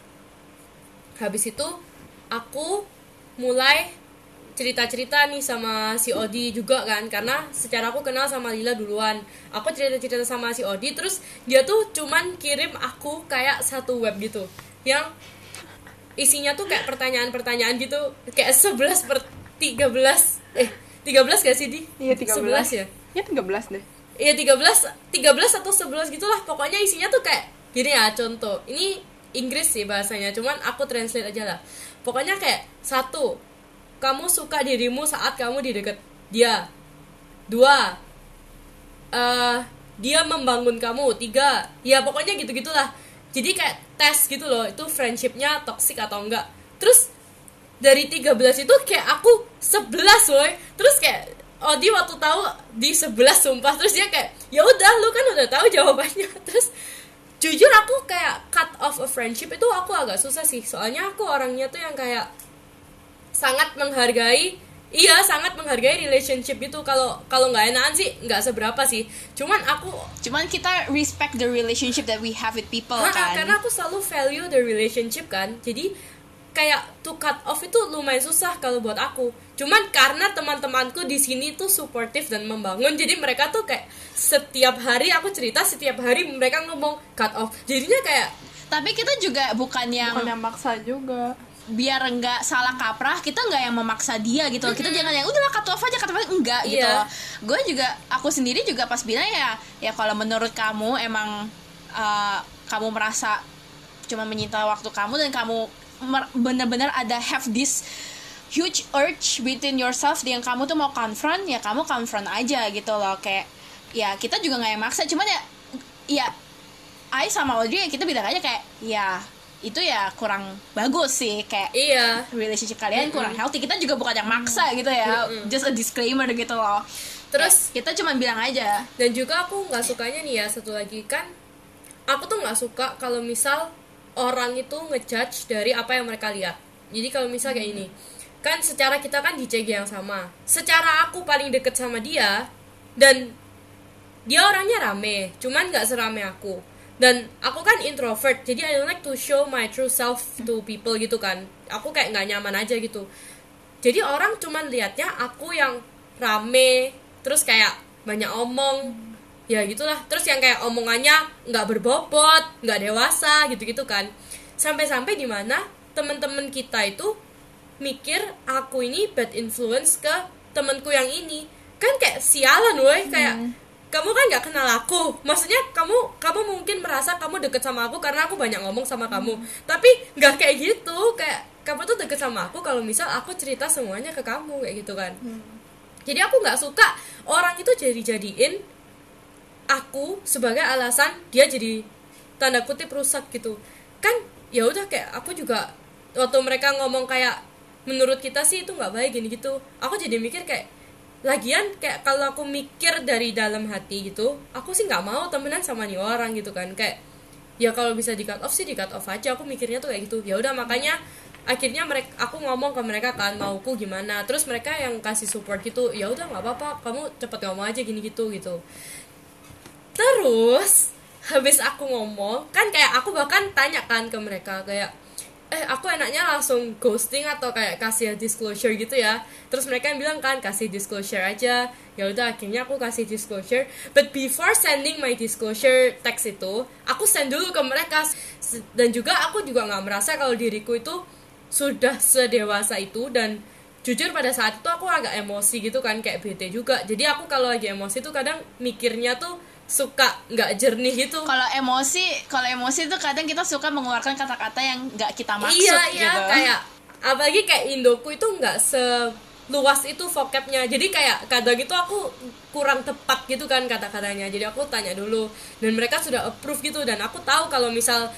habis itu aku mulai cerita-cerita nih sama si Odi juga kan, karena secara aku kenal sama Lila duluan. Aku cerita-cerita sama si Odi, terus dia tuh cuman kirim aku kayak satu web gitu yang isinya tuh kayak pertanyaan-pertanyaan gitu, kayak 11/13 13 gak sih, Di? Iya, 13 11 ya? Ya 13 deh. Iya 13 atau 11 gitulah. Pokoknya isinya tuh kayak gini ya, contoh. Ini Inggris sih bahasanya, cuman aku translate aja lah. Pokoknya kayak 1, kamu suka dirimu saat kamu di dekat dia. 2, dia membangun kamu. 3, ya pokoknya gitu-gitulah. Jadi kayak tes gitu loh, itu friendshipnya toxic atau enggak. Terus dari 13 itu kayak aku 11 woy. Terus kayak Odi waktu tahu di 11 sumpah. Terus dia kayak, ya udah lu kan udah tahu jawabannya. Terus jujur aku kayak cut off a friendship itu aku agak susah sih. Soalnya aku orangnya tuh yang kayak sangat menghargai relationship gitu. Kalau nggak enakan sih nggak seberapa sih. Cuman kita respect the relationship that we have with people kan. Karena aku selalu value the relationship kan. Jadi kayak to cut off itu lumayan susah kalau buat aku. Cuman karena teman-temanku di sini tuh supportive dan membangun, jadi mereka tuh kayak setiap hari aku cerita, setiap hari mereka ngomong cut off. Jadinya kayak, tapi kita juga bukan yang maksa juga. Biar enggak salah kaprah, kita enggak yang memaksa dia gitu. Kita jangan yang udahlah cut off aja enggak gitu loh. Gue juga, aku sendiri juga pas bilang ya kalau menurut kamu emang kamu merasa cuma menyita waktu kamu, dan kamu benar-benar ada this huge urge within yourself yang kamu tuh mau confront, ya kamu confront aja gitu loh. Kayak ya kita juga nggak yang maksa, cuman ya I sama Audrey ya kita bilang aja kayak ya itu ya kurang bagus sih, kayak relationship kalian kurang healthy. Kita juga bukan yang maksa gitu ya, just a disclaimer gitu loh. Terus ya, kita cuma bilang aja. Dan juga aku nggak sukanya nih ya, satu lagi kan, aku tuh nggak suka kalau misal orang itu ngejudge dari apa yang mereka lihat. Jadi kalau misal kayak ini, kan secara kita kan di CG yang sama, secara aku paling deket sama dia, dan dia orangnya rame, cuman nggak serame aku. Dan aku kan introvert, jadi I don't like to show my true self to people gitu kan. Aku kayak nggak nyaman aja gitu. Jadi orang cuman liatnya aku yang rame, terus kayak banyak omong, ya gitulah. Terus yang kayak omongannya nggak berbobot, nggak dewasa gitu-gitu kan. Sampai-sampai di mana teman-teman kita itu mikir aku ini bad influence ke temanku yang ini. Kan kayak sialan woy, kayak kamu kan nggak kenal aku, maksudnya kamu mungkin merasa kamu deket sama aku karena aku banyak ngomong sama kamu, tapi nggak kayak gitu. Kayak kamu tuh deket sama aku kalau misal aku cerita semuanya ke kamu kayak gitu kan. Jadi aku nggak suka orang itu jadiin aku sebagai alasan dia jadi tanda kutip rusak gitu kan. Ya udah kayak aku juga waktu mereka ngomong kayak menurut kita sih itu nggak baik gini gitu, aku jadi mikir kayak lagian kayak kalau aku mikir dari dalam hati gitu, aku sih nggak mau temenan sama nih orang gitu kan. Kayak ya kalau bisa di cut off sih di cut off aja, aku mikirnya tuh kayak gitu. Ya udah makanya akhirnya aku ngomong ke mereka kan mauku gimana, terus mereka yang kasih support gitu. Ya udah nggak apa-apa, kamu cepet ngomong aja gini gitu. Terus habis aku ngomong kan kayak aku bahkan tanya kan ke mereka kayak aku enaknya langsung ghosting atau kayak kasih disclosure gitu ya. Terus mereka yang bilang kan kasih disclosure aja. Ya udah akhirnya aku kasih disclosure. But before sending my disclosure text itu, aku send dulu ke mereka. Dan juga aku juga nggak merasa kalau diriku itu sudah sedewasa itu. Dan jujur pada saat itu aku agak emosi gitu kan, kayak bete juga. Jadi aku kalau lagi emosi tuh kadang mikirnya tuh suka nggak jernih gitu. Kalau emosi tuh kadang kita suka mengeluarkan kata-kata yang nggak kita maksud iya, gitu. Kayak apalagi kayak Indoku itu nggak seluas itu vocabnya, jadi kayak kadang itu aku kurang tepat gitu kan kata-katanya. Jadi aku tanya dulu dan mereka sudah approve gitu, dan aku tahu kalau misal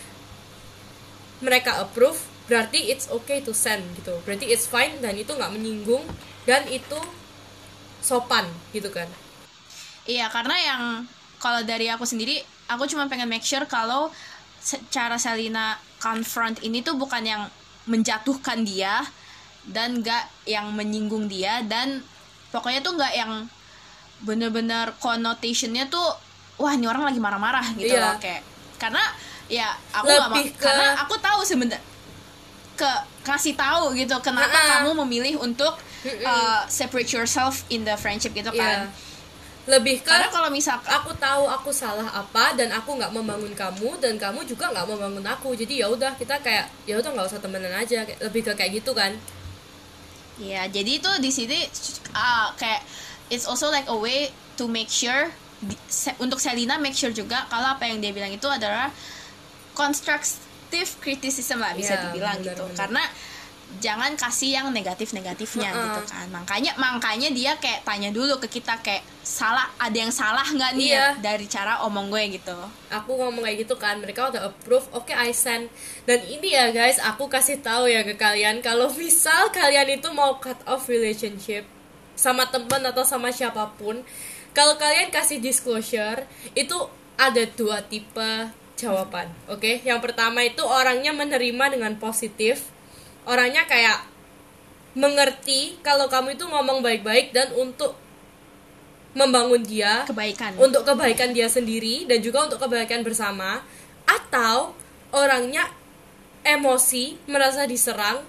mereka approve berarti it's okay to send gitu, berarti it's fine dan itu nggak menyinggung dan itu sopan gitu kan. Iya, karena yang kalau dari aku sendiri, aku cuma pengen make sure kalau cara Selina confront ini tuh bukan yang menjatuhkan dia dan gak yang menyinggung dia, dan pokoknya tuh gak yang bener-bener connotationnya tuh wah ini orang lagi marah-marah gitu loh. Kayak karena ya aku gak mau, karena aku tahu sebenarnya kasih tahu gitu kenapa kamu memilih untuk separate yourself in the friendship gitu kan. Lebih ke karena kalau misal aku tahu aku salah apa dan aku nggak membangun kamu dan kamu juga nggak membangun aku, jadi ya udah kita kayak ya udah nggak usah temenan aja, lebih ke kayak gitu kan. Ya jadi itu di sini kayak it's also like a way to make sure untuk Selina make sure juga kalau apa yang dia bilang itu adalah constructive criticism lah bisa dibilang gitu. Karena jangan kasih yang negatifnya gitu kan. Makanya dia kayak tanya dulu ke kita kayak ada yang salah nggak nih dari cara omong gue gitu. Aku ngomong kayak gitu kan, mereka udah approve, oke, I send. Dan ini ya guys, aku kasih tahu ya ke kalian kalau misal kalian itu mau cut off relationship sama teman atau sama siapapun, kalau kalian kasih disclosure itu ada 2 tipe jawaban. Oke, yang pertama itu orangnya menerima dengan positif. Orangnya kayak mengerti kalau kamu itu ngomong baik-baik dan untuk membangun dia, untuk kebaikan dia sendiri dan juga untuk kebaikan bersama. Atau orangnya emosi, merasa diserang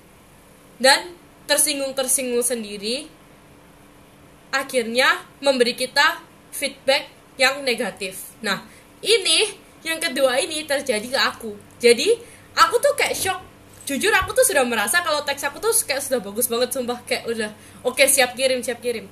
dan tersinggung sendiri, akhirnya memberi kita feedback yang negatif. Nah, ini yang kedua ini terjadi ke aku. Jadi aku tuh kayak shock. Jujur aku tuh sudah merasa kalau teks aku tuh kayak sudah bagus banget, sumpah, kayak udah oke, siap kirim.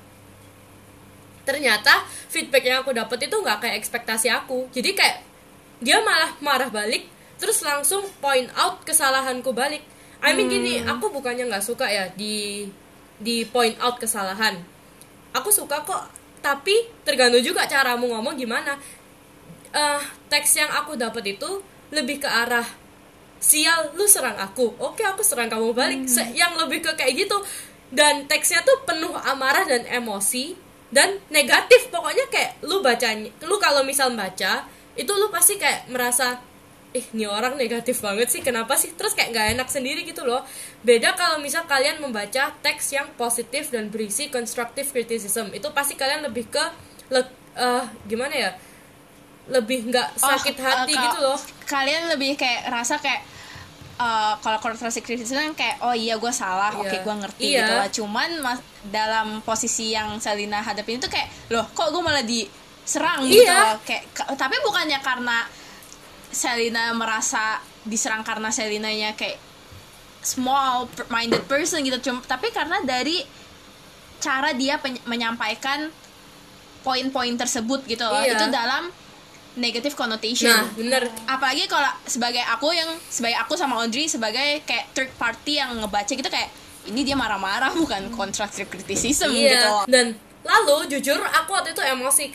Ternyata feedback yang aku dapat itu nggak kayak ekspektasi aku. Jadi kayak dia malah marah balik, terus langsung point out kesalahanku balik. I mean gini, aku bukannya nggak suka ya di point out kesalahan. Aku suka kok, tapi tergantung juga caramu ngomong gimana. Teks yang aku dapat itu lebih ke arah sial, lu serang aku, oke aku serang kamu balik, yang lebih ke kayak gitu. Dan teksnya tuh penuh amarah dan emosi dan negatif. Pokoknya kayak lu kalau misal baca itu lu pasti kayak merasa ini orang negatif banget sih, kenapa sih, terus kayak gak enak sendiri gitu loh. Beda kalau misal kalian membaca teks yang positif dan berisi constructive criticism, itu pasti kalian lebih ke gimana ya, lebih nggak sakit hati gitu loh. Kalian lebih kayak rasa kayak kalau constructive criticism kayak oh iya gue salah, oke gue ngerti gitu lah. Cuman dalam posisi yang Selina hadapin itu kayak loh kok gue malah diserang gitu loh. Kayak tapi bukannya karena Selina merasa diserang karena Selinanya kayak small minded person gitu, tapi karena dari cara dia menyampaikan poin-poin tersebut gitu loh. Itu dalam negative connotation. Nah, bener. Apalagi kalau sebagai aku sama Audrey sebagai kayak third party yang ngebaca gitu kayak ini dia marah-marah bukan constructive criticism gitu. Dan lalu jujur aku waktu itu emosi kayak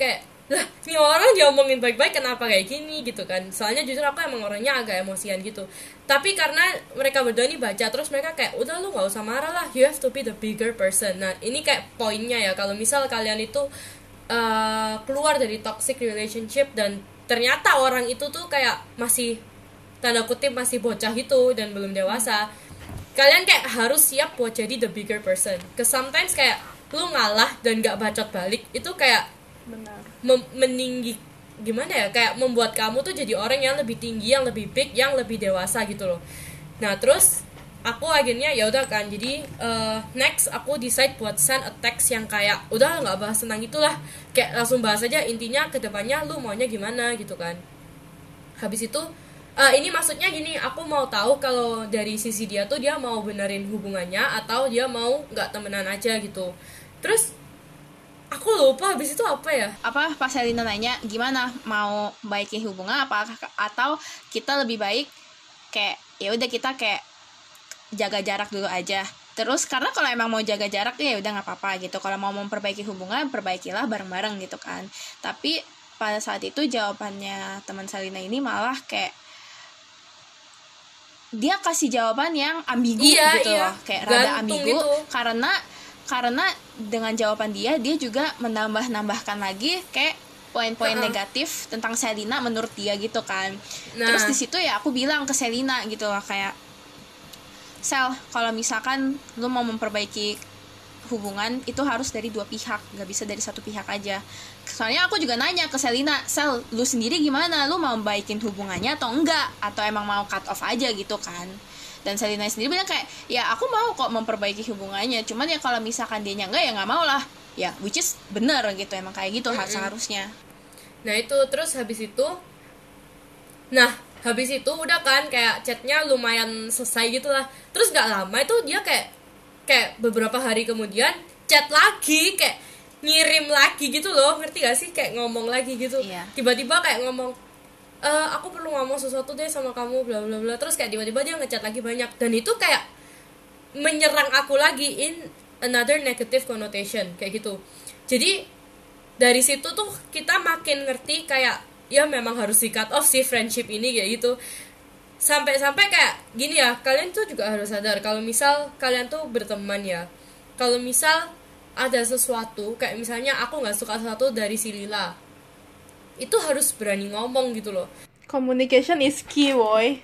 lah ini orang diomongin baik-baik kenapa kayak gini gitu kan. Soalnya jujur aku emang orangnya agak emosian gitu, tapi karena mereka berdua ini baca terus mereka kayak udah lu nggak usah marah lah, you have to be the bigger person. Nah ini kayak poinnya ya, kalau misal kalian itu keluar dari toxic relationship dan ternyata orang itu tuh kayak masih tanda kutip masih bocah gitu dan belum dewasa, kalian kayak harus siap buat jadi the bigger person. Cause sometimes kayak lu ngalah dan gak bacot balik itu kayak Benar. meninggi gimana ya, kayak membuat kamu tuh jadi orang yang lebih tinggi, yang lebih big, yang lebih dewasa gitu loh. Nah terus aku akhirnya ya udah kan, jadi next aku decide buat send a text yang kayak udah nggak bahas tentang itulah, kayak langsung bahas aja intinya kedepannya lu maunya gimana gitu kan. Habis itu ini maksudnya gini, aku mau tahu kalau dari sisi dia tuh dia mau benerin hubungannya atau dia mau nggak temenan aja gitu. Terus aku lupa habis itu apa ya, Apa pas Selina nanya gimana mau baiki hubungan apa atau kita lebih baik kayak ya udah kita kayak jaga jarak dulu aja. Terus karena kalau emang mau jaga jarak ya udah nggak apa-apa gitu. Kalau mau memperbaiki hubungan perbaikilah bareng-bareng gitu kan. Tapi pada saat itu jawabannya teman Selina ini malah kayak dia kasih jawaban yang ambigu gitu iya. loh, kayak rada Gantung ambigu gitu. karena dengan jawaban dia juga menambahkan lagi kayak poin-poin negatif tentang Selina menurut dia gitu kan. Nah. Terus di situ ya aku bilang ke Selina gitu loh kayak, Sel, kalau misalkan lu mau memperbaiki hubungan itu harus dari dua pihak, nggak bisa dari satu pihak aja. Soalnya aku juga nanya ke Selina, Sel, lu sendiri gimana? Lu mau membaikin hubungannya atau enggak? Atau emang mau cut off aja gitu kan? Dan Selina sendiri bilang kayak, ya aku mau kok memperbaiki hubungannya, cuman ya kalau misalkan dia enggak ya nggak mau lah. Ya, which is bener gitu, emang kayak gitu seharusnya. Nah itu terus habis itu udah kan kayak chatnya lumayan selesai gitu lah. Terus gak lama itu dia kayak beberapa hari kemudian chat lagi, kayak ngirim lagi gitu loh, ngerti gak sih, kayak ngomong lagi gitu. Iya. Tiba-tiba kayak ngomong aku perlu ngomong sesuatu deh sama kamu bla bla bla. Terus kayak tiba-tiba dia ngechat lagi banyak dan itu kayak menyerang aku lagi in another negative connotation kayak gitu. Jadi dari situ tuh kita makin ngerti kayak ya memang harus di cut off si friendship ini kayak gitu. Sampai kayak gini ya, kalian tuh juga harus sadar kalau misal kalian tuh berteman ya, kalau misal ada sesuatu kayak misalnya aku nggak suka sesuatu dari si Lila, itu harus berani ngomong gitu loh. Communication is key, boy.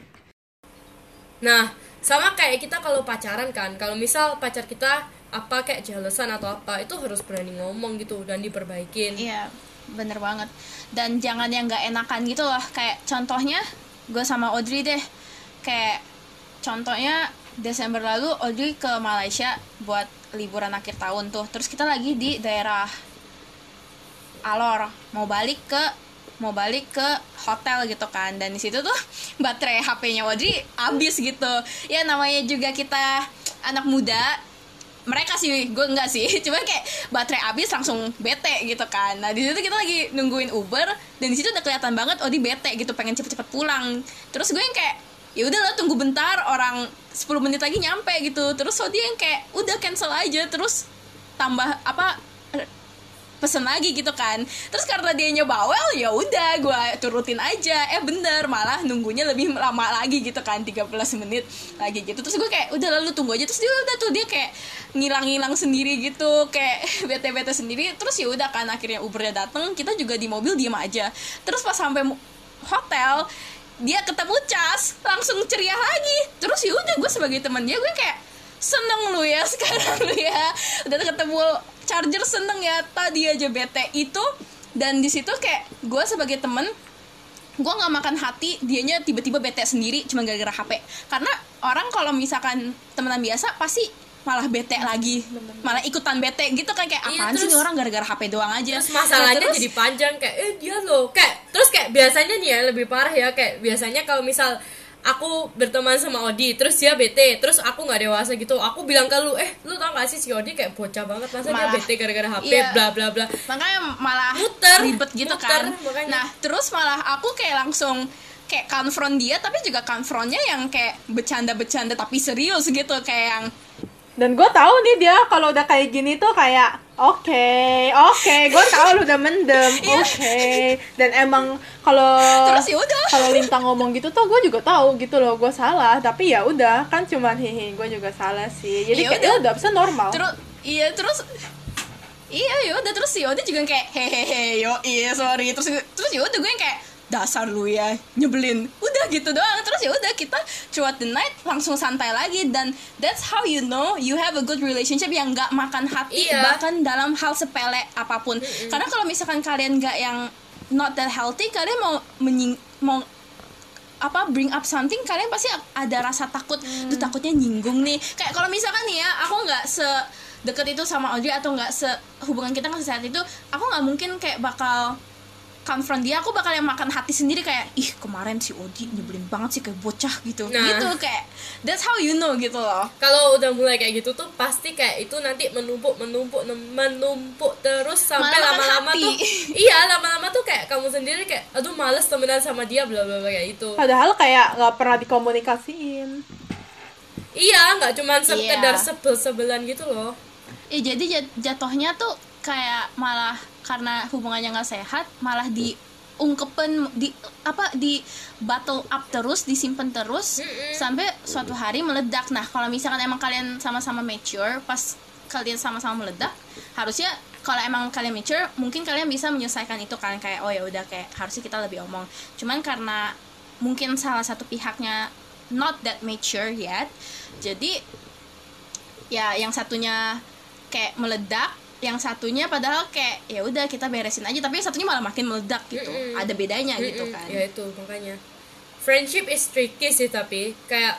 Nah sama kayak kita kalau pacaran kan, kalau misal pacar kita apa kayak jealousan atau apa, itu harus berani ngomong gitu dan diperbaikin. Iya, bener banget. Dan jangan yang gak enakan gitu loh. Kayak contohnya gue sama Audrey deh. Kayak contohnya Desember lalu Audrey ke Malaysia buat liburan akhir tahun tuh. Terus kita lagi di daerah Alor, mau balik ke hotel gitu kan. Dan di situ tuh baterai HP-nya Audrey habis gitu. Ya namanya juga kita anak muda, mereka sih, gue enggak sih, cuman kayak baterai habis langsung bete gitu kan. Nah di situ kita lagi nungguin Uber dan di situ udah kelihatan banget Odi bete gitu, pengen cepet-cepet pulang. Terus gue yang kayak ya udahlah tunggu bentar, orang 10 menit lagi nyampe gitu. Terus Odi yang kayak udah cancel aja, terus tambah pesen lagi gitu kan. Terus karena dia bawel ya udah gue turutin aja. Bener, malah nunggunya lebih lama lagi gitu kan, 13 menit lagi gitu. Terus gue kayak udah lalu tunggu aja. Terus dia udah tuh dia kayak ngilang-ngilang sendiri gitu, kayak bete-bete sendiri. Terus ya udah kan akhirnya Ubernya dateng, kita juga di mobil diem aja. Terus pas sampai hotel dia ketemu Cas, langsung ceria lagi. Terus ya udah gue sebagai teman dia, gue kayak seneng lu ya sekarang lu ya udah ketemu charger, seneng ya, tadi aja bete itu. Dan di situ kayak gue sebagai temen, gue nggak makan hati dianya tiba-tiba bete sendiri cuma gara-gara HP. Karena orang kalau misalkan temenan biasa pasti malah bete lagi, malah ikutan bete gitu kan, kayak apaan sih nih orang gara-gara HP doang aja. Terus masalahnya terus, jadi panjang kayak dia loh kayak, terus kayak biasanya nih ya lebih parah ya, kayak biasanya kalau misal aku berteman sama Odi terus dia bete, terus aku nggak dewasa gitu, aku bilang ke lu lu tau gak sih si Odi kayak bocah banget, masa dia bete gara-gara HP, iya, bla bla bla, makanya malah ribet gitu kan. Makanya. Nah terus malah aku kayak langsung kayak konfront dia, tapi juga konfrontnya yang kayak bercanda-bercanda tapi serius gitu, kayak yang Dan gue tahu nih dia kalau udah kayak gini tuh kayak Oke, gue tahu lu udah mendem. Oke. Dan emang kalau Terus ya udah. kalau Lintang ngomong gitu tuh gue juga tahu gitu loh, gue salah. Tapi ya udah, kan cuman hehe, gue juga salah sih. Jadi Ya kayak udah. ya udah bisa normal. Iya ya udah, terus ya udah juga yang kayak hehehe yo iya sorry, terus ya udah gue yang kayak dasar lu ya nyebelin, udah gitu doang. Terus ya udah kita throughout the night langsung santai lagi, dan that's how you know you have a good relationship yang nggak makan hati. Iya. Bahkan dalam hal sepele apapun. Karena kalau misalkan kalian nggak yang not that healthy, kalian mau apa bring up something, kalian pasti ada rasa takut, tuh takutnya nyinggung nih. Kayak kalau misalkan nih ya, aku nggak deket itu sama Audrey, atau nggak hubungan kita nggak sesaat itu, aku nggak mungkin kayak bakal confront dia. Aku bakal yang makan hati sendiri kayak, ih kemarin si Odi nyebelin banget sih, kayak bocah gitu. Nah. Gitu kayak that's how you know gitu loh. Kalau udah mulai kayak gitu tuh pasti kayak itu nanti menumpuk terus sampai Malah makan lama-lama hati. tuh iya, lama-lama tuh kayak kamu sendiri kayak aduh males temenan sama dia bla bla bla kayak itu. Padahal kayak nggak pernah dikomunikasiin. Iya, nggak cuman sekedar Iya. sebel-sebelan gitu loh. Jadi jatuhnya tuh kayak malah karena hubungannya nggak sehat, malah diungkepin, di battle up terus, disimpan terus sampai suatu hari meledak. Nah kalau misalkan emang kalian sama-sama mature, pas kalian sama-sama meledak, harusnya kalau emang kalian mature, mungkin kalian bisa menyelesaikan itu kan, kayak oh ya udah, kayak harusnya kita lebih omong. Cuman karena mungkin salah satu pihaknya not that mature yet, jadi ya yang satunya kayak meledak, yang satunya padahal kayak ya udah kita beresin aja, tapi yang satunya malah makin meledak gitu. Ada bedanya gitu kan. Ya itu makanya friendship is tricky sih, tapi kayak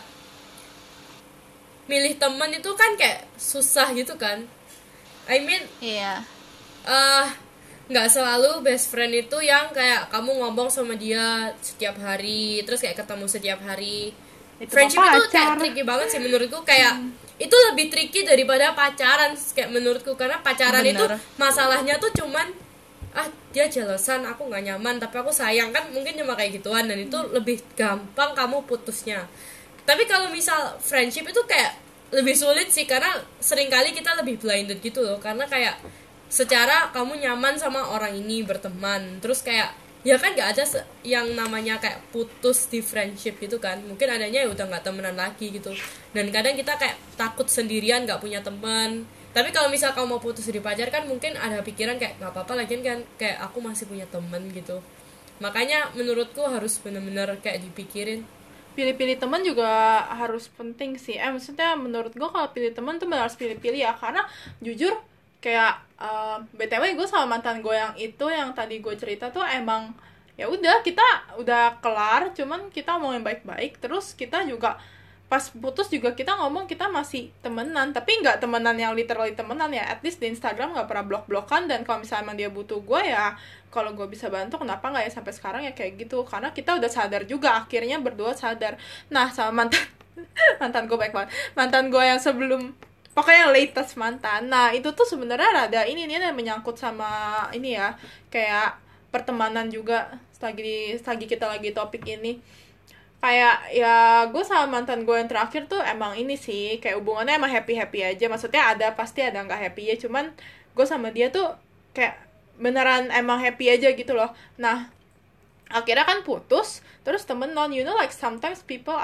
milih teman itu kan kayak susah gitu kan. I mean Iya. nggak selalu best friend itu yang kayak kamu ngomong sama dia setiap hari, terus kayak ketemu setiap hari. Itu Friendship mah itu kayak pacar. tricky banget sih menurutku, kayak itu lebih tricky daripada pacaran kayak menurutku, karena pacaran Bener. itu masalahnya tuh cuman dia jelasan aku nggak nyaman tapi aku sayang, kan mungkin cuma kayak gituan, dan itu lebih gampang kamu putusnya. Tapi kalau misal friendship itu kayak lebih sulit sih, karena seringkali kita lebih blinded gitu loh, karena kayak secara kamu nyaman sama orang ini berteman, terus kayak ya kan gak ada yang namanya kayak putus di friendship gitu kan, mungkin adanya ya udah nggak temenan lagi gitu. Dan kadang kita kayak takut sendirian nggak punya teman. Tapi kalau misal kamu mau putus di pacar kan mungkin ada pikiran kayak nggak apa-apa lagi kan, kayak aku masih punya teman gitu. Makanya menurutku harus bener-bener kayak dipikirin. Pilih-pilih teman juga harus penting sih. Maksudnya menurut gue kalau pilih teman tuh harus pilih-pilih ya, karena jujur kayak BTW gue sama mantan gue yang itu yang tadi gue cerita tuh emang ya udah, kita udah kelar, cuman kita ngomongin baik-baik, terus kita juga pas putus juga kita ngomong kita masih temenan, tapi nggak temenan yang literally temenan ya, at least di Instagram nggak pernah blok-blokan. Dan kalau misalnya emang dia butuh gue ya, kalau gue bisa bantu kenapa nggak ya, sampai sekarang ya kayak gitu, karena kita udah sadar juga, akhirnya berdua sadar. Nah sama mantan gue baik banget, mantan gue yang sebelum, pokoknya yang latest mantan, nah itu tuh sebenarnya rada ini menyangkut sama ini ya, kayak pertemanan juga. Selagi kita lagi topik ini, kayak ya gue sama mantan gue yang terakhir tuh emang ini sih, kayak hubungannya emang happy aja, maksudnya pasti ada nggak happy ya, cuman gue sama dia tuh kayak beneran emang happy aja gitu loh. Nah akhirnya kan putus, terus temenan, you know like sometimes people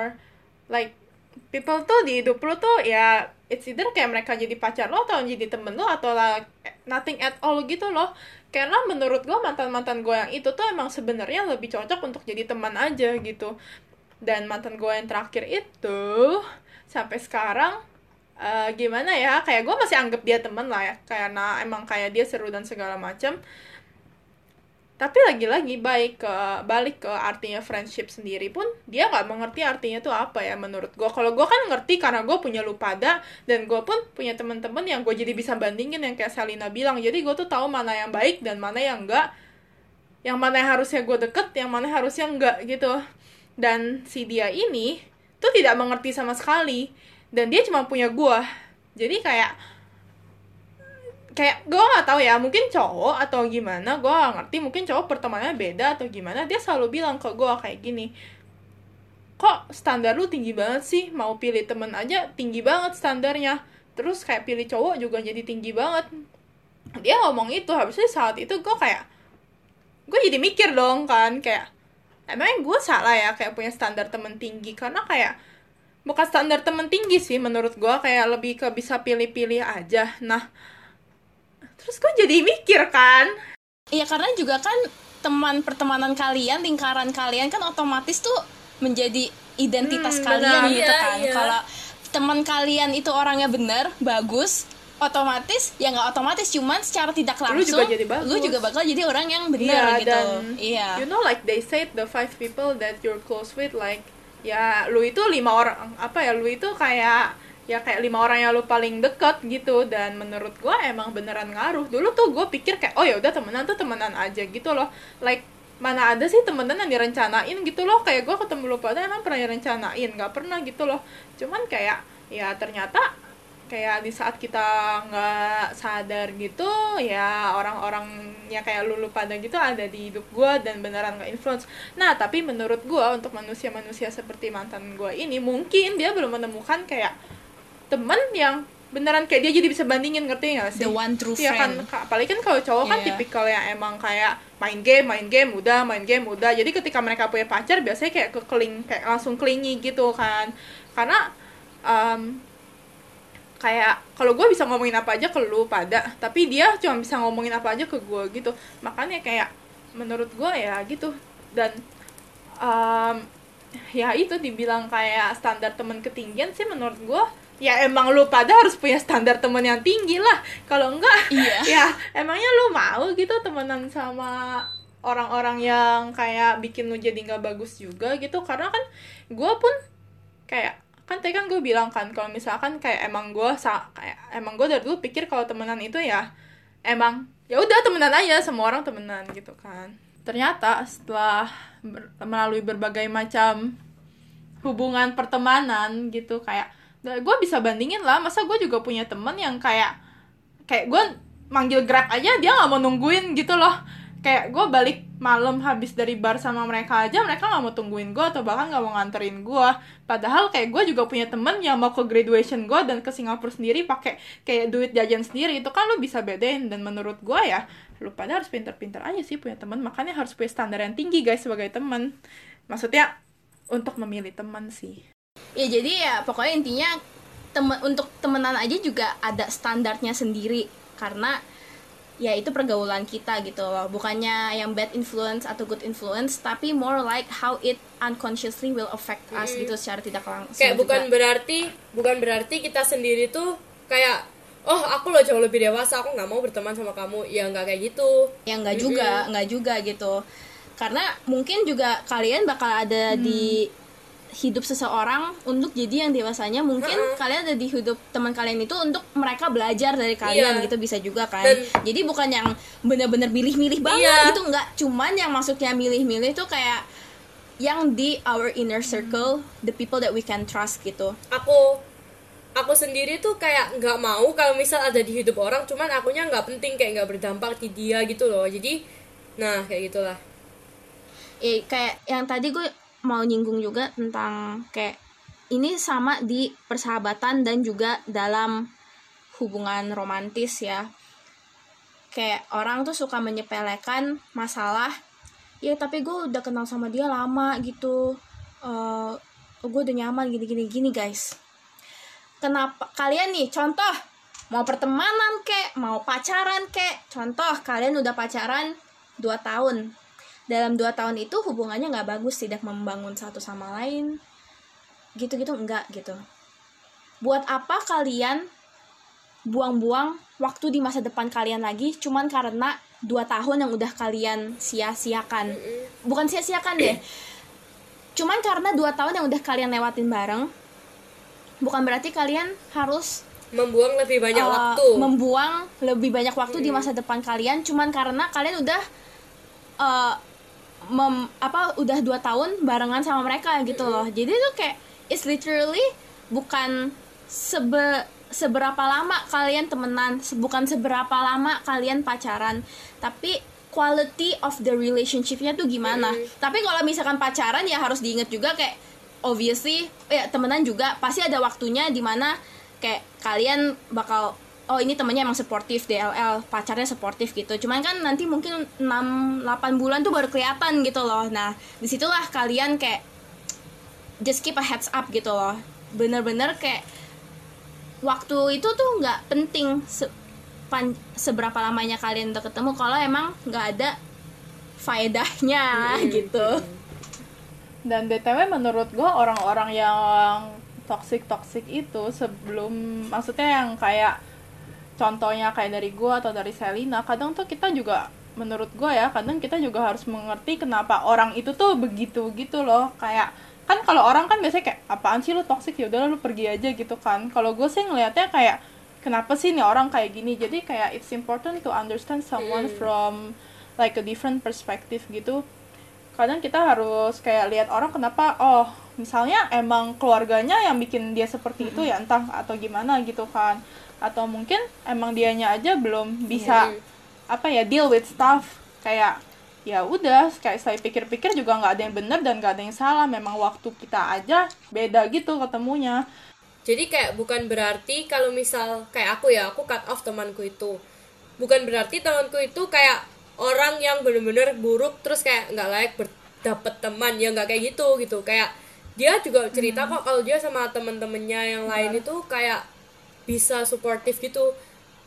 tuh di hidup lo tuh ya it's either kayak mereka jadi pacar lo atau jadi temen lo, atau like nothing at all gitu loh. Karena menurut gue mantan gue yang itu tuh emang sebenarnya lebih cocok untuk jadi teman aja gitu. Dan mantan gue yang terakhir itu sampai sekarang gimana ya, kayak gue masih anggap dia teman lah ya, karena emang kayak dia seru dan segala macam. Tapi lagi-lagi balik ke artinya friendship sendiri pun dia nggak mengerti artinya tuh apa ya menurut gue. Kalau gue kan ngerti karena gue punya lu pada, dan gue pun punya teman-teman yang gue jadi bisa bandingin, yang kayak Selina bilang. Jadi gue tuh tahu mana yang baik dan mana yang enggak, yang mana yang harusnya gue deket, yang mana harusnya enggak gitu. Dan si dia ini tuh tidak mengerti sama sekali, dan dia cuma punya gue. Jadi kayak gue nggak tahu ya, mungkin cowok atau gimana, gue nggak ngerti, mungkin cowok pertemanannya beda atau gimana. Dia selalu bilang ke gue kayak gini, kok standar lu tinggi banget sih, mau pilih temen aja tinggi banget standarnya, terus kayak pilih cowok juga jadi tinggi banget. dia ngomong itu, habisnya saat itu gue jadi mikir dong kan, kayak emangnya gue salah ya kayak punya standar temen tinggi, karena kayak bukan standar temen tinggi sih menurut gue, kayak lebih ke bisa pilih-pilih aja. Nah terus gue jadi mikir kan, Iya, karena juga kan pertemanan kalian, lingkaran kalian kan otomatis tuh menjadi identitas kalian benar. gitu Iya, kan. iya. Kalau teman kalian itu orangnya bener, bagus, otomatis ya nggak otomatis, cuman secara tidak langsung juga jadi bagus. lu juga bakal jadi orang yang bener iya, gitu. dan Iya. you know like they said the 5 people that you're close with, like ya lu itu 5 orang, lu itu kayak 5 orang yang lu paling deket gitu. Dan menurut gue emang beneran ngaruh. Dulu tuh gue pikir kayak oh ya udah temenan tuh temenan aja gitu loh, like mana ada sih temenan yang direncanain gitu loh. Kayak gue ketemu lu pada emang pernah direncanain? Nggak pernah gitu loh. Cuman kayak ya ternyata kayak di saat kita nggak sadar gitu ya, orang-orang yang kayak lu pada gitu ada di hidup gue dan beneran nggak influence. Nah tapi menurut gue untuk manusia-manusia seperti mantan gue ini, mungkin dia belum menemukan kayak temen yang beneran kayak dia jadi bisa bandingin, ngerti nggak sih? The one true Iya kan, friend. apalagi kan kalau cowok kan Iya. tipikal yang emang kayak main game udah. Jadi ketika mereka punya pacar biasanya kayak kayak langsung clingy gitu kan. Karena kayak kalau gue bisa ngomongin apa aja ke lu pada, tapi dia cuma bisa ngomongin apa aja ke gue gitu. Makanya kayak menurut gue ya gitu. Dan ya itu dibilang kayak standar temen ketinggian sih, menurut gue ya emang lu pada harus punya standar temen yang tinggi lah. Kalau enggak ya emangnya lu mau gitu temenan sama orang-orang yang kayak bikin lu jadi nggak bagus juga gitu. Karena kan gue pun kayak kan tadi kan gue bilang kan kalau misalkan kayak emang gue dari dulu pikir kalau temenan itu ya emang ya udah temenan aja, semua orang temenan gitu kan. Ternyata setelah melalui berbagai macam hubungan pertemanan gitu, kayak gue bisa bandingin lah. Masa gue juga punya temen yang kayak gue manggil Grab aja dia nggak mau nungguin gitu loh. Kayak gue balik malam habis dari bar sama mereka aja, mereka nggak mau tungguin gue atau bahkan nggak mau nganterin gue. Padahal kayak gue juga punya temen yang mau ke graduation gue dan ke Singapura sendiri pakai kayak duit jajan sendiri. Itu kan lu bisa bedain. Dan menurut gue ya lu pada harus pinter-pinter aja sih punya temen. Makanya harus punya standar yang tinggi guys sebagai temen. Maksudnya untuk memilih teman sih. Ya jadi ya pokoknya intinya untuk temenan aja juga ada standarnya sendiri, karena ya itu pergaulan kita gitu loh, bukannya yang bad influence atau good influence, tapi more like how it unconsciously will affect us gitu secara tidak langsung. Kayak juga. bukan berarti kita sendiri tuh kayak oh aku loh jauh lebih dewasa, aku nggak mau berteman sama kamu, ya nggak kayak gitu. Ya nggak juga gitu, karena mungkin juga kalian bakal ada di hidup seseorang untuk jadi yang dewasanya, mungkin kalian ada di hidup teman kalian itu untuk mereka belajar dari kalian gitu, bisa juga kan. Jadi bukan yang bener-bener milih-milih banget gitu, enggak, cuman yang maksudnya milih-milih tuh kayak yang di our inner circle, the people that we can trust gitu. Aku sendiri tuh kayak nggak mau kalau misal ada di hidup orang, cuman akunya nggak penting, kayak nggak berdampak di dia gitu loh. Jadi nah kayak gitulah. Kayak yang tadi gue mau nyinggung juga tentang kayak ini sama di persahabatan dan juga dalam hubungan romantis ya. Kayak orang tuh suka menyepelekan masalah, ya tapi gue udah kenal sama dia lama gitu, gue udah nyaman gini guys. Kenapa kalian nih, contoh mau pertemanan kek, mau pacaran kek, contoh kalian udah pacaran 2 tahun, dalam 2 tahun itu hubungannya nggak bagus, tidak membangun satu sama lain gitu-gitu, enggak gitu. Buat apa kalian buang-buang waktu di masa depan kalian lagi cuman karena 2 tahun yang udah kalian sia-siakan? Bukan sia-siakan deh, cuman karena 2 tahun yang udah kalian lewatin bareng, bukan berarti kalian harus Membuang lebih banyak waktu di masa depan kalian cuman karena kalian udah udah 2 tahun barengan sama mereka gitu loh. Jadi itu kayak it's literally bukan seberapa lama kalian temenan, bukan seberapa lama kalian pacaran, tapi quality of the relationship-nya tuh gimana. Tapi kalau misalkan pacaran ya harus diingat juga kayak obviously ya temenan juga pasti ada waktunya dimana kayak kalian bakal oh ini temennya emang supportive, DLL, pacarnya supportive gitu. Cuman kan nanti mungkin 6-8 bulan tuh baru kelihatan gitu loh. Nah, disitulah kalian kayak just keep a heads up gitu loh. Bener-bener kayak waktu itu tuh nggak penting seberapa lamanya kalian udah ketemu, kalau emang nggak ada faedahnya gitu. Dan BTW menurut gue orang-orang yang toxic itu sebelum, maksudnya yang kayak contohnya kayak dari gue atau dari Selina, kadang tuh kita juga, menurut gue ya, kadang kita juga harus mengerti kenapa orang itu tuh begitu gitu loh. Kayak kan kalau orang kan biasanya kayak apaan sih lu toxic, ya udah lu pergi aja gitu kan. Kalau gue sih ngelihatnya kayak kenapa sih nih orang kayak gini. Jadi kayak it's important to understand someone from like a different perspective gitu. Kadang kita harus kayak lihat orang kenapa, oh misalnya emang keluarganya yang bikin dia seperti itu ya, entah atau gimana gitu kan, atau mungkin emang dianya aja belum bisa apa ya deal with stuff. Kayak ya udah, kayak saya pikir-pikir juga nggak ada yang benar dan nggak ada yang salah, memang waktu kita aja beda gitu ketemunya. Jadi kayak bukan berarti kalau misal kayak aku ya, aku cut off temanku itu, bukan berarti temanku itu kayak orang yang bener-bener buruk terus kayak nggak layak dapet teman, ya nggak kayak gitu. Kayak dia juga cerita kok kalau dia sama temen-temennya yang lain itu kayak bisa suportif gitu.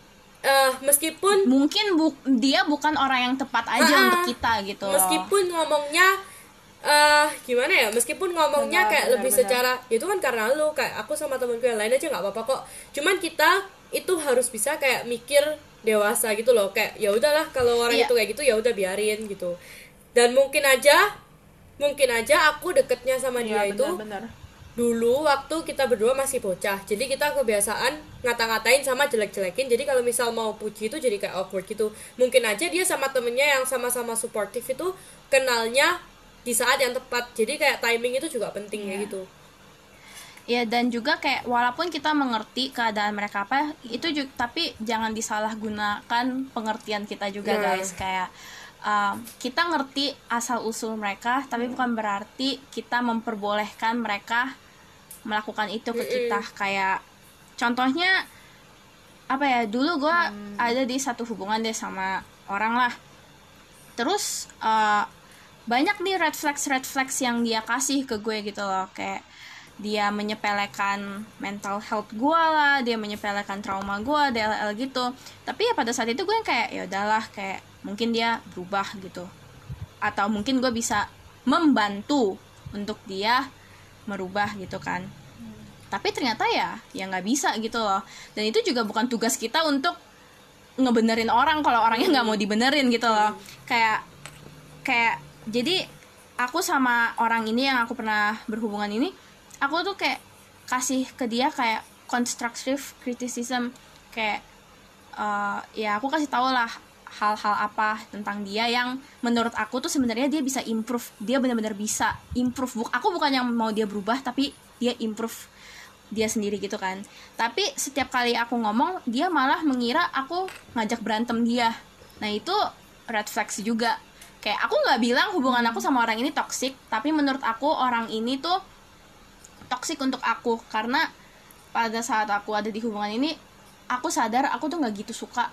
Meskipun mungkin dia bukan orang yang tepat aja untuk kita gitu loh. Meskipun ngomongnya gimana ya, meskipun ngomongnya kayak lebih secara itu kan karena lu, kayak aku sama temenku yang lain aja nggak apa-apa kok. Cuman kita itu harus bisa kayak mikir dewasa gitu loh, kayak ya udahlah kalau orang itu kayak gitu ya udah biarin gitu. Dan mungkin aja aku deketnya sama dia itu dulu waktu kita berdua masih bocah, jadi kita kebiasaan ngata-ngatain sama jelek-jelekin, jadi kalau misal mau puji itu jadi kayak awkward gitu. Mungkin aja dia sama temennya yang sama-sama suportif itu kenalnya di saat yang tepat, jadi kayak timing itu juga penting kayak gitu. Ya, dan juga kayak walaupun kita mengerti keadaan mereka apa itu juga, tapi jangan disalahgunakan pengertian kita juga guys. Kayak kita ngerti asal usul mereka, tapi bukan berarti kita memperbolehkan mereka melakukan itu ke kita. Kayak contohnya apa ya, dulu gue ada di satu hubungan deh sama orang lah, terus banyak nih red flags yang dia kasih ke gue gitu loh. Kayak dia menyepelekan mental health gue lah, dia menyepelekan trauma gue, DLL gitu. Tapi ya pada saat itu gue kayak ya udahlah, kayak mungkin dia berubah gitu, atau mungkin gue bisa membantu untuk dia merubah gitu kan. Tapi ternyata ya nggak bisa gitu loh. Dan itu juga bukan tugas kita untuk ngebenerin orang kalau orangnya nggak mau dibenerin gitu loh. Kayak jadi aku sama orang ini yang aku pernah berhubungan ini, aku tuh kayak kasih ke dia kayak constructive criticism, kayak ya aku kasih tau lah hal-hal apa tentang dia yang menurut aku tuh sebenarnya dia bisa improve, dia benar-benar bisa improve. Aku bukan yang mau dia berubah, tapi dia improve dia sendiri gitu kan. Tapi setiap kali aku ngomong, dia malah mengira aku ngajak berantem dia. Nah itu red flags juga. Kayak aku nggak bilang hubungan aku sama orang ini toxic, tapi menurut aku orang ini tuh toxic untuk aku, karena pada saat aku ada di hubungan ini, aku sadar aku tuh nggak gitu suka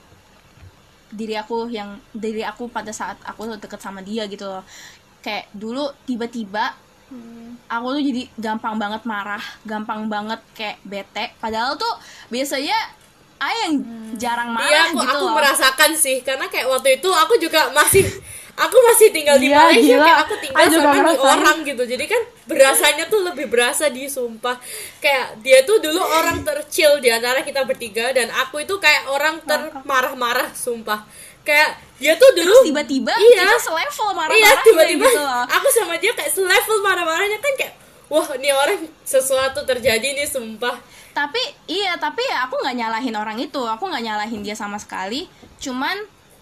diri aku pada saat aku deket sama dia gitu loh. Kayak dulu tiba-tiba aku tuh jadi gampang banget marah, gampang banget kayak bete, padahal tuh biasanya yang jarang marah gitu aku loh. merasakan sih, karena kayak waktu itu aku juga masih tinggal di Malaysia, kayak aku tinggal sama orang gitu, jadi kan berasanya tuh lebih berasa sumpah. Kayak dia tuh dulu orang terchill di antara kita bertiga, dan aku itu kayak orang termarah-marah sumpah. Kayak dia tuh dulu terus tiba-tiba kita selevel marah-marahnya tiba-tiba gitu loh. Aku sama dia kayak selevel marah-marahnya, kan kayak wah ini orang sesuatu terjadi nih sumpah. Tapi ya aku nggak nyalahin orang itu, aku nggak nyalahin dia sama sekali. Cuman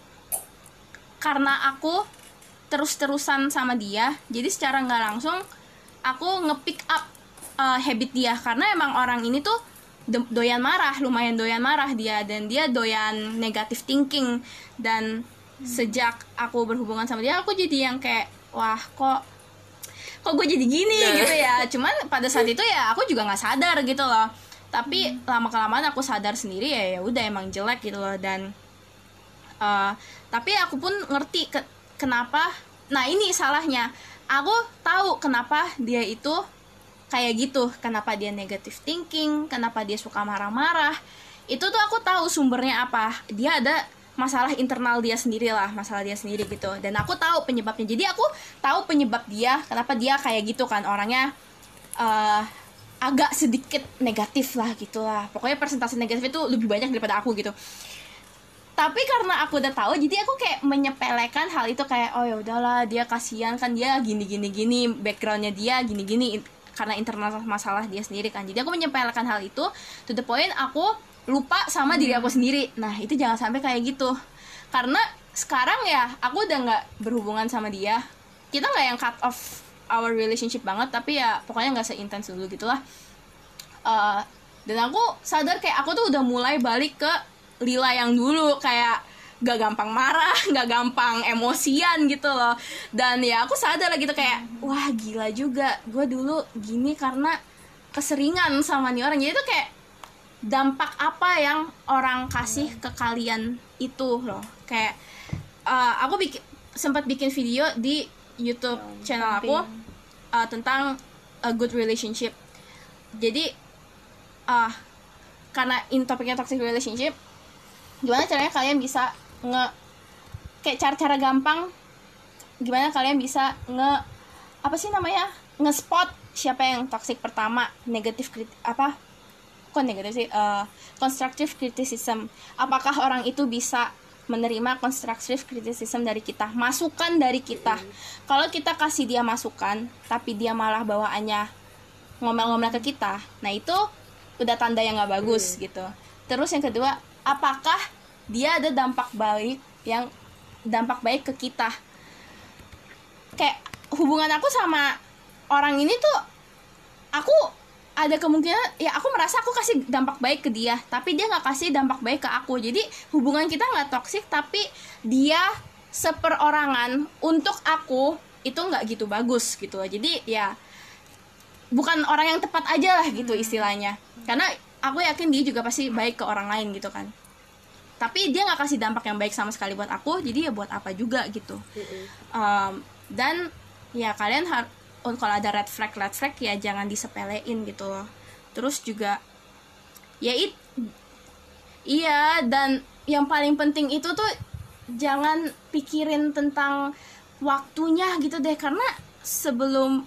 karena aku terus-terusan sama dia, jadi secara nggak langsung aku nge-pick up habit dia. Karena emang orang ini tuh doyan marah, lumayan doyan marah dia, dan dia doyan negative thinking. Dan sejak aku berhubungan sama dia, aku jadi yang kayak wah kok gue jadi gini gitu ya. Cuman pada saat itu ya aku juga nggak sadar gitu loh. Tapi lama kelamaan aku sadar sendiri ya udah emang jelek gitu loh. Dan tapi aku pun ngerti kenapa. Nah ini salahnya, aku tahu kenapa dia itu kayak gitu, kenapa dia negative thinking, kenapa dia suka marah-marah. Itu tuh aku tahu sumbernya apa. Dia ada masalah internal dia sendiri lah, masalah dia sendiri gitu. Dan aku tahu penyebabnya. Jadi aku tahu penyebab dia, kenapa dia kayak gitu kan, orangnya agak sedikit negatif lah gitu lah. Pokoknya persentase negatif itu lebih banyak daripada aku gitu. Tapi karena aku udah tahu, jadi aku kayak menyepelekan hal itu, kayak oh ya udahlah, dia kasihan kan, dia gini, backgroundnya dia gini karena internal masalah dia sendiri kan. Jadi aku menyepelekan hal itu to the point aku lupa sama diri aku sendiri. Nah itu jangan sampai kayak gitu, karena sekarang ya aku udah nggak berhubungan sama dia. Kita nggak yang cut off our relationship banget, tapi ya pokoknya nggak seintens dulu gitulah. Dan aku sadar kayak aku tuh udah mulai balik ke Lila yang dulu, kayak gak gampang marah, gak gampang emosian gitu loh. Dan ya aku sadar lah gitu, kayak wah gila juga, gue dulu gini karena keseringan sama nih orang. Jadi itu kayak dampak apa yang orang kasih ke kalian itu loh. Kayak aku sempat bikin video di YouTube channel aku tentang a good relationship. Jadi karena topiknya toxic relationship, gimana caranya kalian bisa kayak cara-cara gampang gimana kalian bisa nge-spot siapa yang toxic. Pertama, constructive criticism. Apakah orang itu bisa menerima constructive criticism dari kita, masukan dari kita. Kalau kita kasih dia masukan tapi dia malah bawaannya ngomel-ngomel ke kita, nah itu udah tanda yang nggak bagus gitu. Terus yang kedua, apakah dia ada dampak baik ke kita. Kayak hubungan aku sama orang ini tuh, aku ada kemungkinan ya aku merasa aku kasih dampak baik ke dia, tapi dia nggak kasih dampak baik ke aku. Jadi hubungan kita nggak toksik, tapi dia seperorangan untuk aku itu nggak gitu bagus gitu. Jadi ya bukan orang yang tepat aja lah gitu istilahnya. Karena aku yakin dia juga pasti baik ke orang lain gitu kan, tapi dia nggak kasih dampak yang baik sama sekali buat aku. Jadi ya buat apa juga gitu. Dan ya kalian kalau ada red flag ya jangan disepelein gitu loh. Terus juga ya iya, dan yang paling penting itu tuh jangan pikirin tentang waktunya gitu deh. Karena sebelum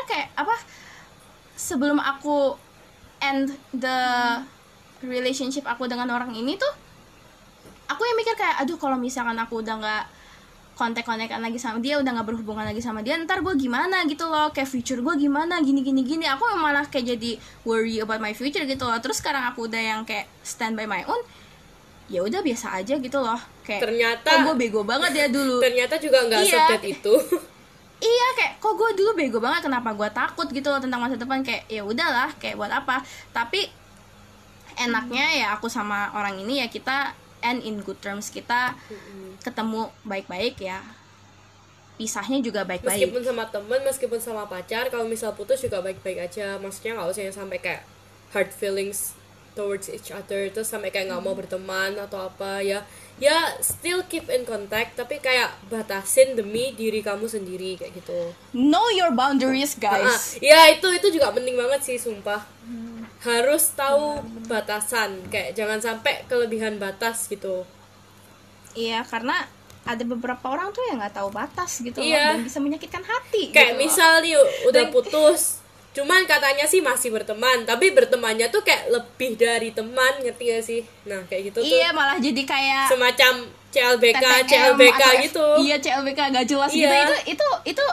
aku end the relationship aku dengan orang ini tuh, aku yang mikir kayak aduh kalau misalkan aku udah nggak kontak-kontakan lagi sama dia, udah nggak berhubungan lagi sama dia, ntar gue gimana gitu loh, kayak future gue gimana, gini. Aku malah kayak jadi worry about my future gitu loh. Terus sekarang aku udah yang kayak stand by my own, ya udah biasa aja gitu loh. Kayak ternyata gue bego banget ya dulu. Ternyata juga nggak sedet itu. Iya, kayak kok gue dulu bego banget, kenapa gue takut gitu loh tentang masa depan. Kayak ya udahlah, kayak buat apa. Tapi enaknya ya aku sama orang ini ya kita end in good terms, kita ketemu baik-baik ya, pisahnya juga baik-baik. Meskipun sama temen, meskipun sama pacar, kalau misal putus juga baik-baik aja. Maksudnya nggak usah yang sampai kayak hard feelings towards each other, terus sampai kayak nggak mau berteman atau apa ya. Ya still keep in contact, tapi kayak batasin demi diri kamu sendiri kayak gitu. Know your boundaries guys. Ya itu juga penting banget sih sumpah. Harus tahu batasan, kayak jangan sampai kelebihan batas gitu. Iya, karena ada beberapa orang tuh yang nggak tahu batas gitu loh, iya. Dan bisa menyakitkan hati. Kayak gitu misal nih udah putus, cuman katanya sih masih berteman, tapi bertemannya tuh kayak lebih dari teman, ngerti gak sih? Nah kayak gitu tuh. Iya, malah jadi kayak semacam CLBK gitu. Iya, CLBK gak jelas gitu. Itu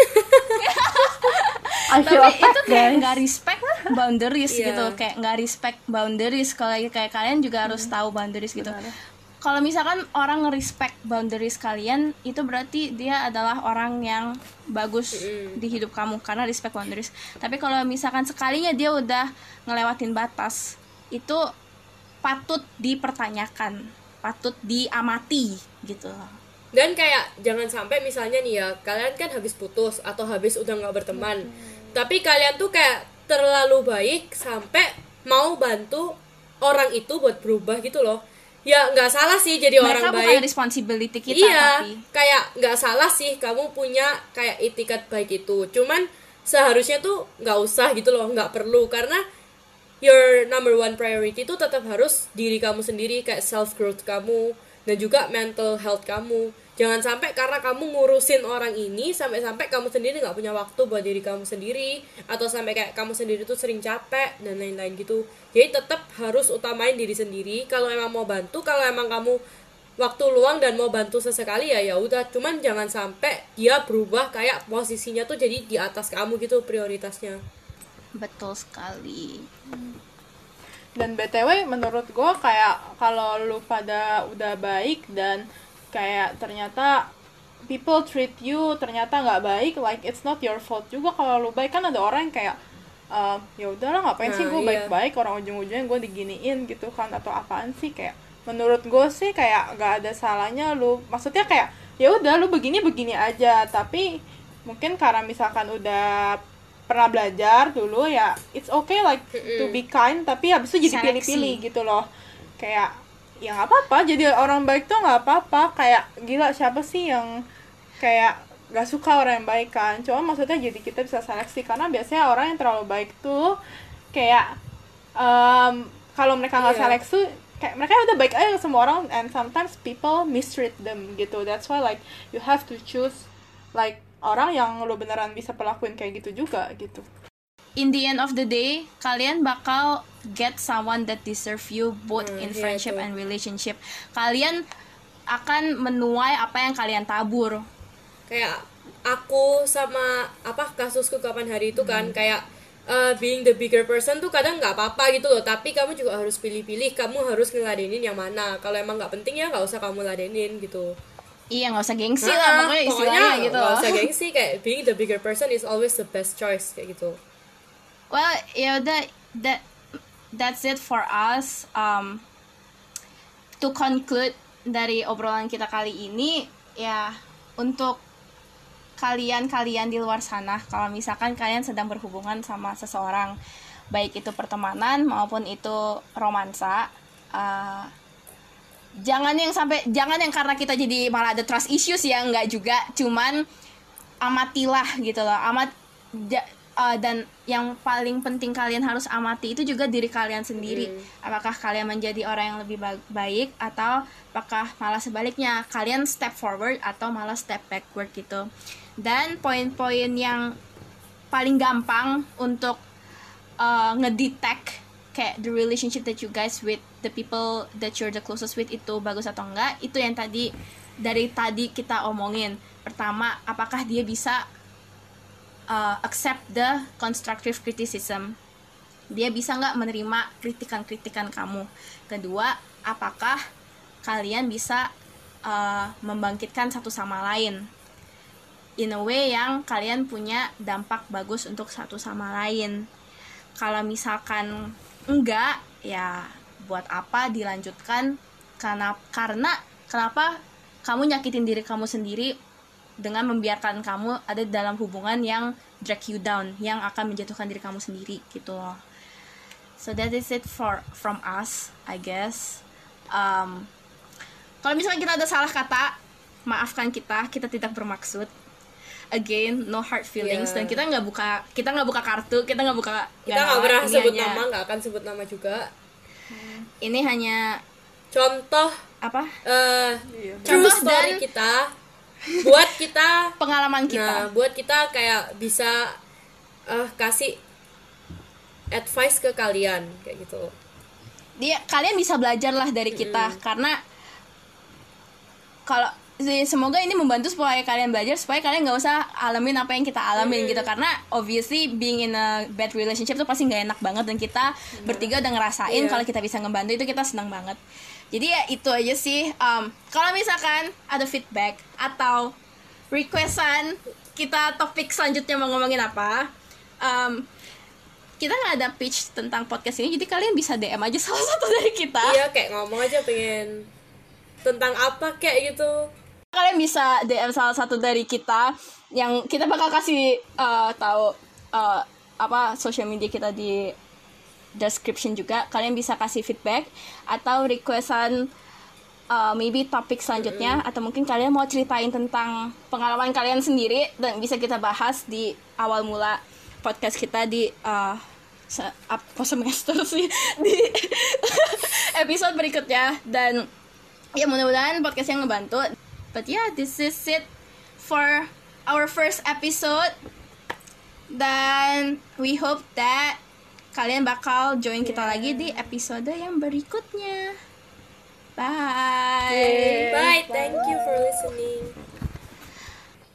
tapi itu kayak nggak respect boundaries gitu, kayak nggak respect boundaries. Kalau kayak kalian juga harus tahu boundaries gitu. Kalau misalkan orang nge-respect boundaries kalian, itu berarti dia adalah orang yang bagus di hidup kamu karena respect boundaries. Tapi kalau misalkan sekalinya dia udah ngelewatin batas, itu patut dipertanyakan, patut diamati gitu. Dan kayak jangan sampai misalnya nih ya, kalian kan habis putus atau habis udah nggak berteman, tapi kalian tuh kayak terlalu baik sampai mau bantu orang itu buat berubah gitu loh. Ya nggak salah sih jadi mereka orang baik. bukan responsibility kita, Iya, tapi kayak nggak salah sih kamu punya kayak itikat baik itu. Cuman seharusnya tuh nggak usah gitu loh, nggak perlu, karena your number one priority itu tetap harus diri kamu sendiri, kayak self growth kamu dan juga mental health kamu. Jangan sampai karena kamu ngurusin orang ini sampai-sampai kamu sendiri nggak punya waktu buat diri kamu sendiri, atau sampai kayak kamu sendiri tuh sering capek dan lain-lain gitu. Jadi tetap harus utamain diri sendiri. Kalau emang mau bantu, kalau emang kamu waktu luang dan mau bantu sesekali ya udah, cuman jangan sampai dia berubah kayak posisinya tuh jadi di atas kamu gitu prioritasnya. betul sekali. Dan BTW menurut gue kayak kalau lu pada udah baik dan kayak ternyata people treat you ternyata nggak baik, like it's not your fault juga kalau lu baik. Kan ada orang yang kayak ya udahlah ngapain sih gue iya. baik-baik, orang ujung-ujungnya gue diginiin gitu kan, atau apaan sih. Kayak menurut gue sih kayak nggak ada salahnya lu, maksudnya kayak ya udah lu begini aja, tapi mungkin karena misalkan udah pernah belajar dulu ya it's okay like to be kind, tapi habis itu jadi Seleksi. pilih-pilih gitu loh. Kayak ya nggak apa-apa jadi orang baik tuh nggak apa-apa. Kayak gila siapa sih yang kayak gak suka orang yang baik kan, cuma maksudnya jadi kita bisa seleksi, karena biasanya orang yang terlalu baik tuh kayak kalau mereka nggak Iya. seleksi kayak mereka udah baik aja ke semua orang, and sometimes people mistreat them gitu. That's why like you have to choose like orang yang lo beneran bisa perlakuin kayak gitu juga gitu. In the end of the day, kalian bakal get someone that deserve you both in iya friendship itu. and relationship. Kalian akan menuai apa yang kalian tabur. Kayak aku sama kasusku kapan hari itu kan, kayak being the bigger person tuh kadang nggak apa-apa gitu loh, tapi kamu juga harus pilih-pilih, kamu harus ngeladenin yang mana. Kalau emang nggak penting ya nggak usah kamu ladenin gitu. Iya, nggak usah gengsi lah pokoknya istilahnya gitu. nggak usah gengsi, kayak being the bigger person is always the best choice kayak gitu. Well, ya udah, that's it for us. To conclude dari obrolan kita kali ini, ya untuk kalian di luar sana, kalau misalkan kalian sedang berhubungan sama seseorang, baik itu pertemanan maupun itu romansa, jangan yang karena kita jadi malah ada trust issues ya, enggak juga, cuman amatilah gitu loh, dan yang paling penting kalian harus amati itu juga diri kalian sendiri. Apakah kalian menjadi orang yang lebih baik, atau apakah malah sebaliknya kalian step forward atau malah step backward gitu. Dan poin-poin yang paling gampang untuk ngedetect kayak the relationship that you guys with the people that you're the closest with itu bagus atau enggak, itu yang dari tadi kita omongin. Pertama, apakah dia bisa accept the constructive criticism, dia bisa nggak menerima kritikan kamu. Kedua, apakah kalian bisa membangkitkan satu sama lain in a way yang kalian punya dampak bagus untuk satu sama lain. Kalau misalkan enggak, ya buat apa dilanjutkan? Karena kenapa kamu nyakitin diri kamu sendiri dengan membiarkan kamu ada dalam hubungan yang drag you down, yang akan menjatuhkan diri kamu sendiri gitu loh. So that is it from us, I guess. Kalau misalnya kita ada salah kata, maafkan kita tidak bermaksud. Again, no hard feelings. Dan kita nggak buka kartu, kita nggak pernah sebut nama, nggak akan sebut nama juga. Ini hanya contoh apa? True Contoh story dan kita, buat kita pengalaman kita. Nah, buat kita kayak bisa kasih advice ke kalian kayak gitu. Kalian bisa belajar lah dari kita, karena kalau semoga ini membantu supaya kalian belajar, supaya kalian nggak usah alamin apa yang kita alamin gitu. Karena obviously being in a bad relationship tuh pasti nggak enak banget, dan kita bertiga udah ngerasain. Kalau kita bisa ngebantu itu kita senang banget. Jadi ya itu aja sih. Kalau misalkan ada feedback atau requestan kita topik selanjutnya mau ngomongin apa, kita nggak ada pitch tentang podcast ini, jadi kalian bisa DM aja salah satu dari kita. Iya, kayak ngomong aja pengen tentang apa kayak gitu. Kalian bisa DM salah satu dari kita, yang kita bakal kasih tahu apa social media kita di description juga. Kalian bisa kasih feedback atau requestan maybe topik selanjutnya, atau mungkin kalian mau ceritain tentang pengalaman kalian sendiri dan bisa kita bahas di awal mula podcast kita di apa semester sih di episode berikutnya. Dan ya mudah-mudahan podcastnya ngebantu. But yeah, this is it for our first episode. Dan we hope that kalian bakal join kita lagi di episode yang berikutnya. Bye. Bye. Thank you for listening.